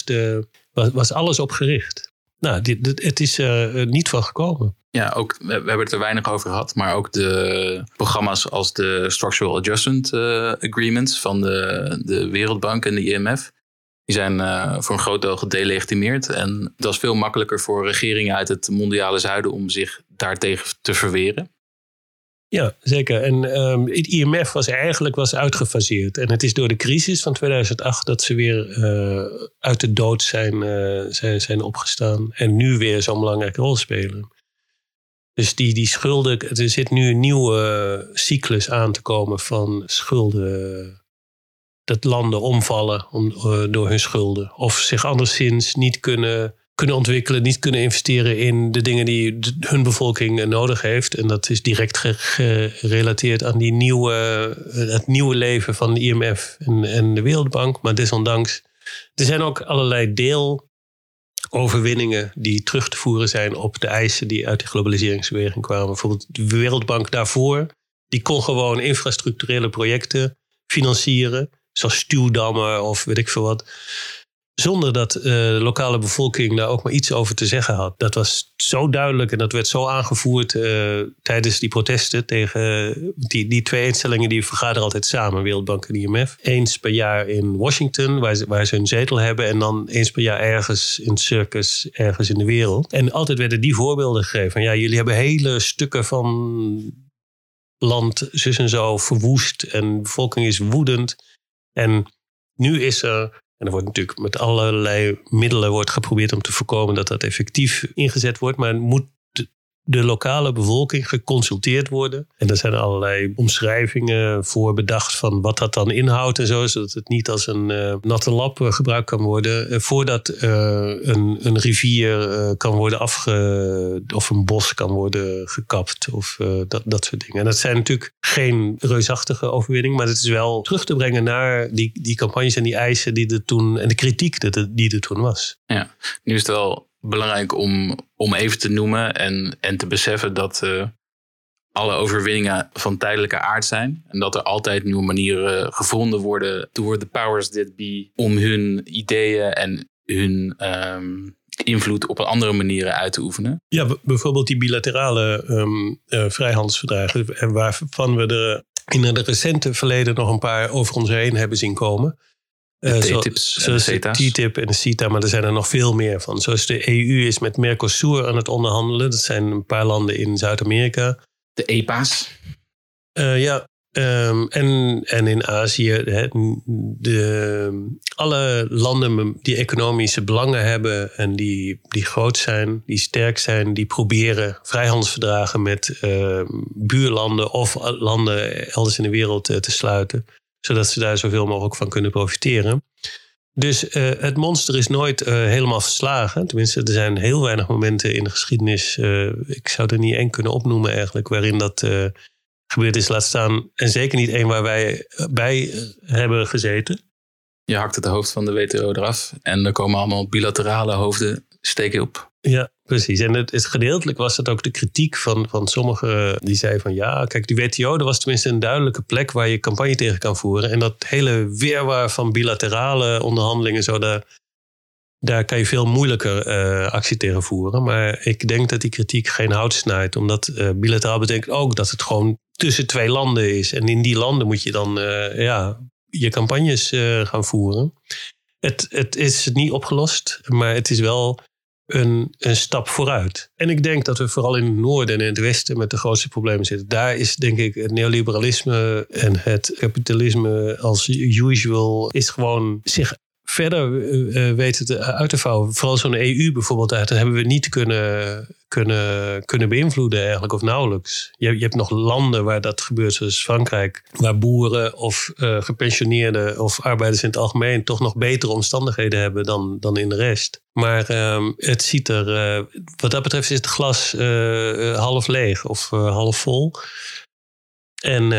was alles op gericht. Nou, het is niet van gekomen. Ja, ook, we hebben het er weinig over gehad, maar ook de programma's als de Structural Adjustment Agreements van de Wereldbank en de IMF. Die zijn voor een groot deel gedelegitimeerd. En het was veel makkelijker voor regeringen uit het mondiale zuiden om zich daartegen te verweren. Ja, zeker. En het IMF was uitgefaseerd. En het is door de crisis van 2008 dat ze weer uit de dood zijn opgestaan. En nu weer zo'n belangrijke rol spelen. Dus die schulden, er zit nu een nieuwe cyclus aan te komen van schulden. Dat landen omvallen door hun schulden. Of zich anderszins niet kunnen ontwikkelen, niet kunnen investeren in de dingen die hun bevolking nodig heeft. En dat is direct gerelateerd aan het nieuwe leven van de IMF en de Wereldbank. Maar desondanks, er zijn ook allerlei deeloverwinningen die terug te voeren zijn op de eisen die uit de globaliseringsbeweging kwamen. Bijvoorbeeld de Wereldbank daarvoor, Die kon gewoon infrastructurele projecten financieren. Zoals stuwdammen of weet ik veel wat. Zonder dat de lokale bevolking daar ook maar iets over te zeggen had. Dat was zo duidelijk en dat werd zo aangevoerd tijdens die protesten tegen die twee instellingen die vergaderen altijd samen, Wereldbank en IMF. Eens per jaar in Washington, waar ze hun zetel hebben. En dan eens per jaar ergens in het circus, ergens in de wereld. En altijd werden die voorbeelden gegeven. Van, ja, jullie hebben hele stukken van land, zus en zo, verwoest. En de bevolking is woedend. En nu is er... En er wordt natuurlijk met allerlei middelen wordt geprobeerd om te voorkomen dat dat effectief ingezet wordt. Maar moet de lokale bevolking geconsulteerd worden. En er zijn allerlei omschrijvingen voor bedacht van wat dat dan inhoudt en zo. Zodat het niet als een natte lap gebruikt kan worden. Voordat een rivier kan worden of een bos kan worden gekapt. Of dat soort dingen. En dat zijn natuurlijk geen reusachtige overwinningen. Maar het is wel terug te brengen naar die campagnes en die eisen die er toen. En de kritiek die er toen was. Ja, nu is het wel belangrijk om even te noemen en te beseffen dat alle overwinningen van tijdelijke aard zijn. En dat er altijd nieuwe manieren gevonden worden door de powers that be om hun ideeën en hun invloed op andere manieren uit te oefenen. Ja, bijvoorbeeld die bilaterale vrijhandelsverdragen, waarvan we er in het recente verleden nog een paar over ons heen hebben zien komen. Zoals de TTIP en de CETA, maar er zijn er nog veel meer van. Zoals de EU is met Mercosur aan het onderhandelen. Dat zijn een paar landen in Zuid-Amerika. De EPA's. En in Azië. Alle landen die economische belangen hebben en die groot zijn, die sterk zijn, die proberen vrijhandelsverdragen met buurlanden of landen elders in de wereld te sluiten. Zodat ze daar zoveel mogelijk van kunnen profiteren. Dus het monster is nooit helemaal verslagen. Tenminste, er zijn heel weinig momenten in de geschiedenis. Ik zou er niet één kunnen opnoemen eigenlijk. Waarin dat gebeurd is, laat staan. En zeker niet één waar wij bij hebben gezeten. Je hakt het hoofd van de WTO eraf. En er komen allemaal bilaterale hoofden steken op. Ja, precies. En het gedeeltelijk was dat ook de kritiek van sommigen die zeiden van ja, kijk, die WTO, dat was tenminste een duidelijke plek waar je campagne tegen kan voeren. En dat hele wirwar van bilaterale onderhandelingen, zo, daar kan je veel moeilijker actie tegen voeren. Maar ik denk dat die kritiek geen hout snijdt, omdat bilateraal betekent ook dat het gewoon tussen twee landen is. En in die landen moet je dan je campagnes gaan voeren. Het is niet opgelost, maar het is wel een stap vooruit. En ik denk dat we vooral in het noorden en in het westen met de grootste problemen zitten. Daar is denk ik het neoliberalisme en het kapitalisme als usual is gewoon zich verder weten uit te vouwen. Vooral zo'n EU bijvoorbeeld, dat hebben we niet kunnen beïnvloeden eigenlijk, of nauwelijks. Je hebt nog landen waar dat gebeurt, zoals Frankrijk, waar boeren of gepensioneerden of arbeiders in het algemeen toch nog betere omstandigheden hebben dan in de rest. Maar het ziet er, wat dat betreft is het glas half leeg of half vol. En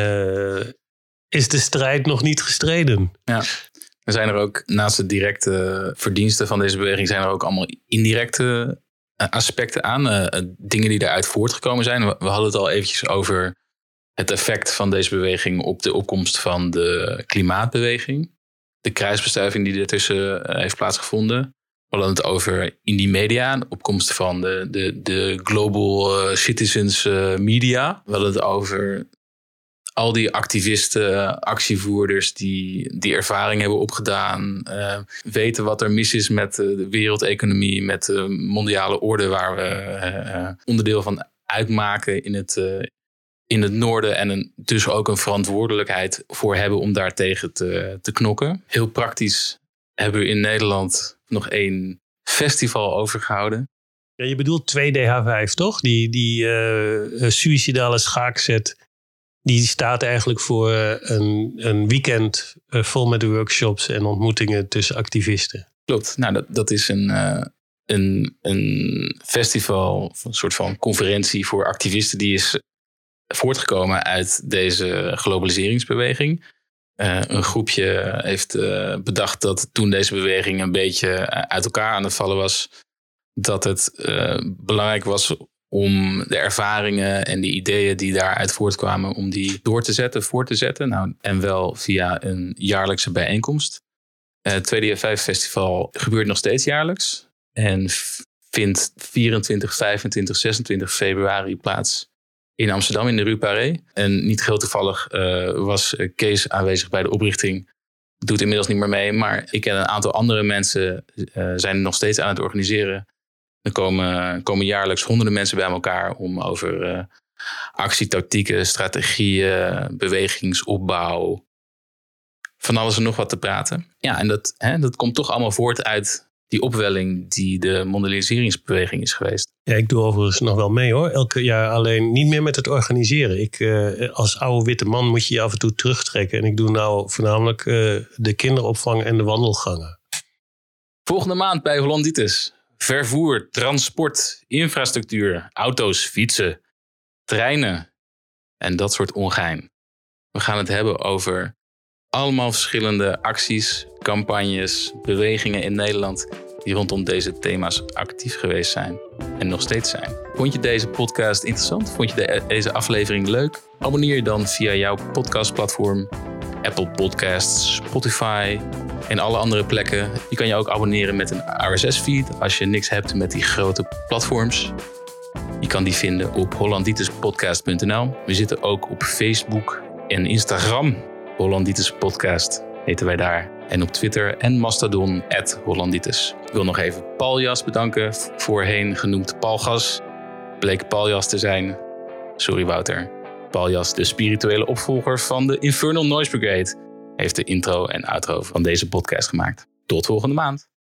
is de strijd nog niet gestreden. Ja. Er zijn er ook, naast de directe verdiensten van deze beweging, zijn er ook allemaal indirecte aspecten aan. Dingen die daaruit voortgekomen zijn. We hadden het al eventjes over het effect van deze beweging op de opkomst van de klimaatbeweging. De kruisbestuiving die ertussen heeft plaatsgevonden. We hadden het over indie media, de opkomst van de global citizens media. We hadden het over al die activisten, actievoerders die ervaring hebben opgedaan. Weten wat er mis is met de wereldeconomie, met de mondiale orde waar we onderdeel van uitmaken in het noorden. En dus ook een verantwoordelijkheid voor hebben om daartegen te knokken. Heel praktisch hebben we in Nederland nog 1 festival overgehouden. Ja, je bedoelt 2DH5, toch? Die suïcidale schaakset. Die staat eigenlijk voor een weekend vol met workshops en ontmoetingen tussen activisten. Klopt. Nou, dat is een festival, een soort van conferentie voor activisten. Die is voortgekomen uit deze globaliseringsbeweging. Een groepje heeft bedacht dat toen deze beweging een beetje uit elkaar aan het vallen was, dat het belangrijk was om de ervaringen en de ideeën die daaruit voortkwamen, om die voort te zetten. Nou, en wel via een jaarlijkse bijeenkomst. Het 2DF5 Festival gebeurt nog steeds jaarlijks. En vindt 24, 25, 26 februari plaats in Amsterdam in de Rue Paré. En niet heel toevallig was Kees aanwezig bij de oprichting. Doet inmiddels niet meer mee. Maar ik en een aantal andere mensen zijn nog steeds aan het organiseren. Er komen jaarlijks honderden mensen bij elkaar om over actietactieken, strategieën, bewegingsopbouw, van alles en nog wat te praten. Ja, en dat komt toch allemaal voort uit die opwelling die de mondialiseringsbeweging is geweest. Ja, ik doe overigens nog wel mee hoor. Elke jaar alleen niet meer met het organiseren. Als oude witte man moet je af en toe terugtrekken. En ik doe nou voornamelijk de kinderopvang en de wandelgangen. Volgende maand bij Hollanditis. Vervoer, transport, infrastructuur, auto's, fietsen, treinen en dat soort ongein. We gaan het hebben over allemaal verschillende acties, campagnes, bewegingen in Nederland die rondom deze thema's actief geweest zijn en nog steeds zijn. Vond je deze podcast interessant? Vond je deze aflevering leuk? Abonneer je dan via jouw podcastplatform, Apple Podcasts, Spotify en alle andere plekken. Je kan je ook abonneren met een RSS-feed als je niks hebt met die grote platforms. Je kan die vinden op hollanditispodcast.nl. We zitten ook op Facebook en Instagram. Hollanditis Podcast heten wij daar. En op Twitter en Mastodon @Hollanditis. Ik wil nog even Paljas bedanken. Voorheen genoemd Palgas. Bleek Paljas te zijn. Sorry Wouter. Paljas, de spirituele opvolger van de Infernal Noise Brigade, heeft de intro en outro van deze podcast gemaakt. Tot volgende maand.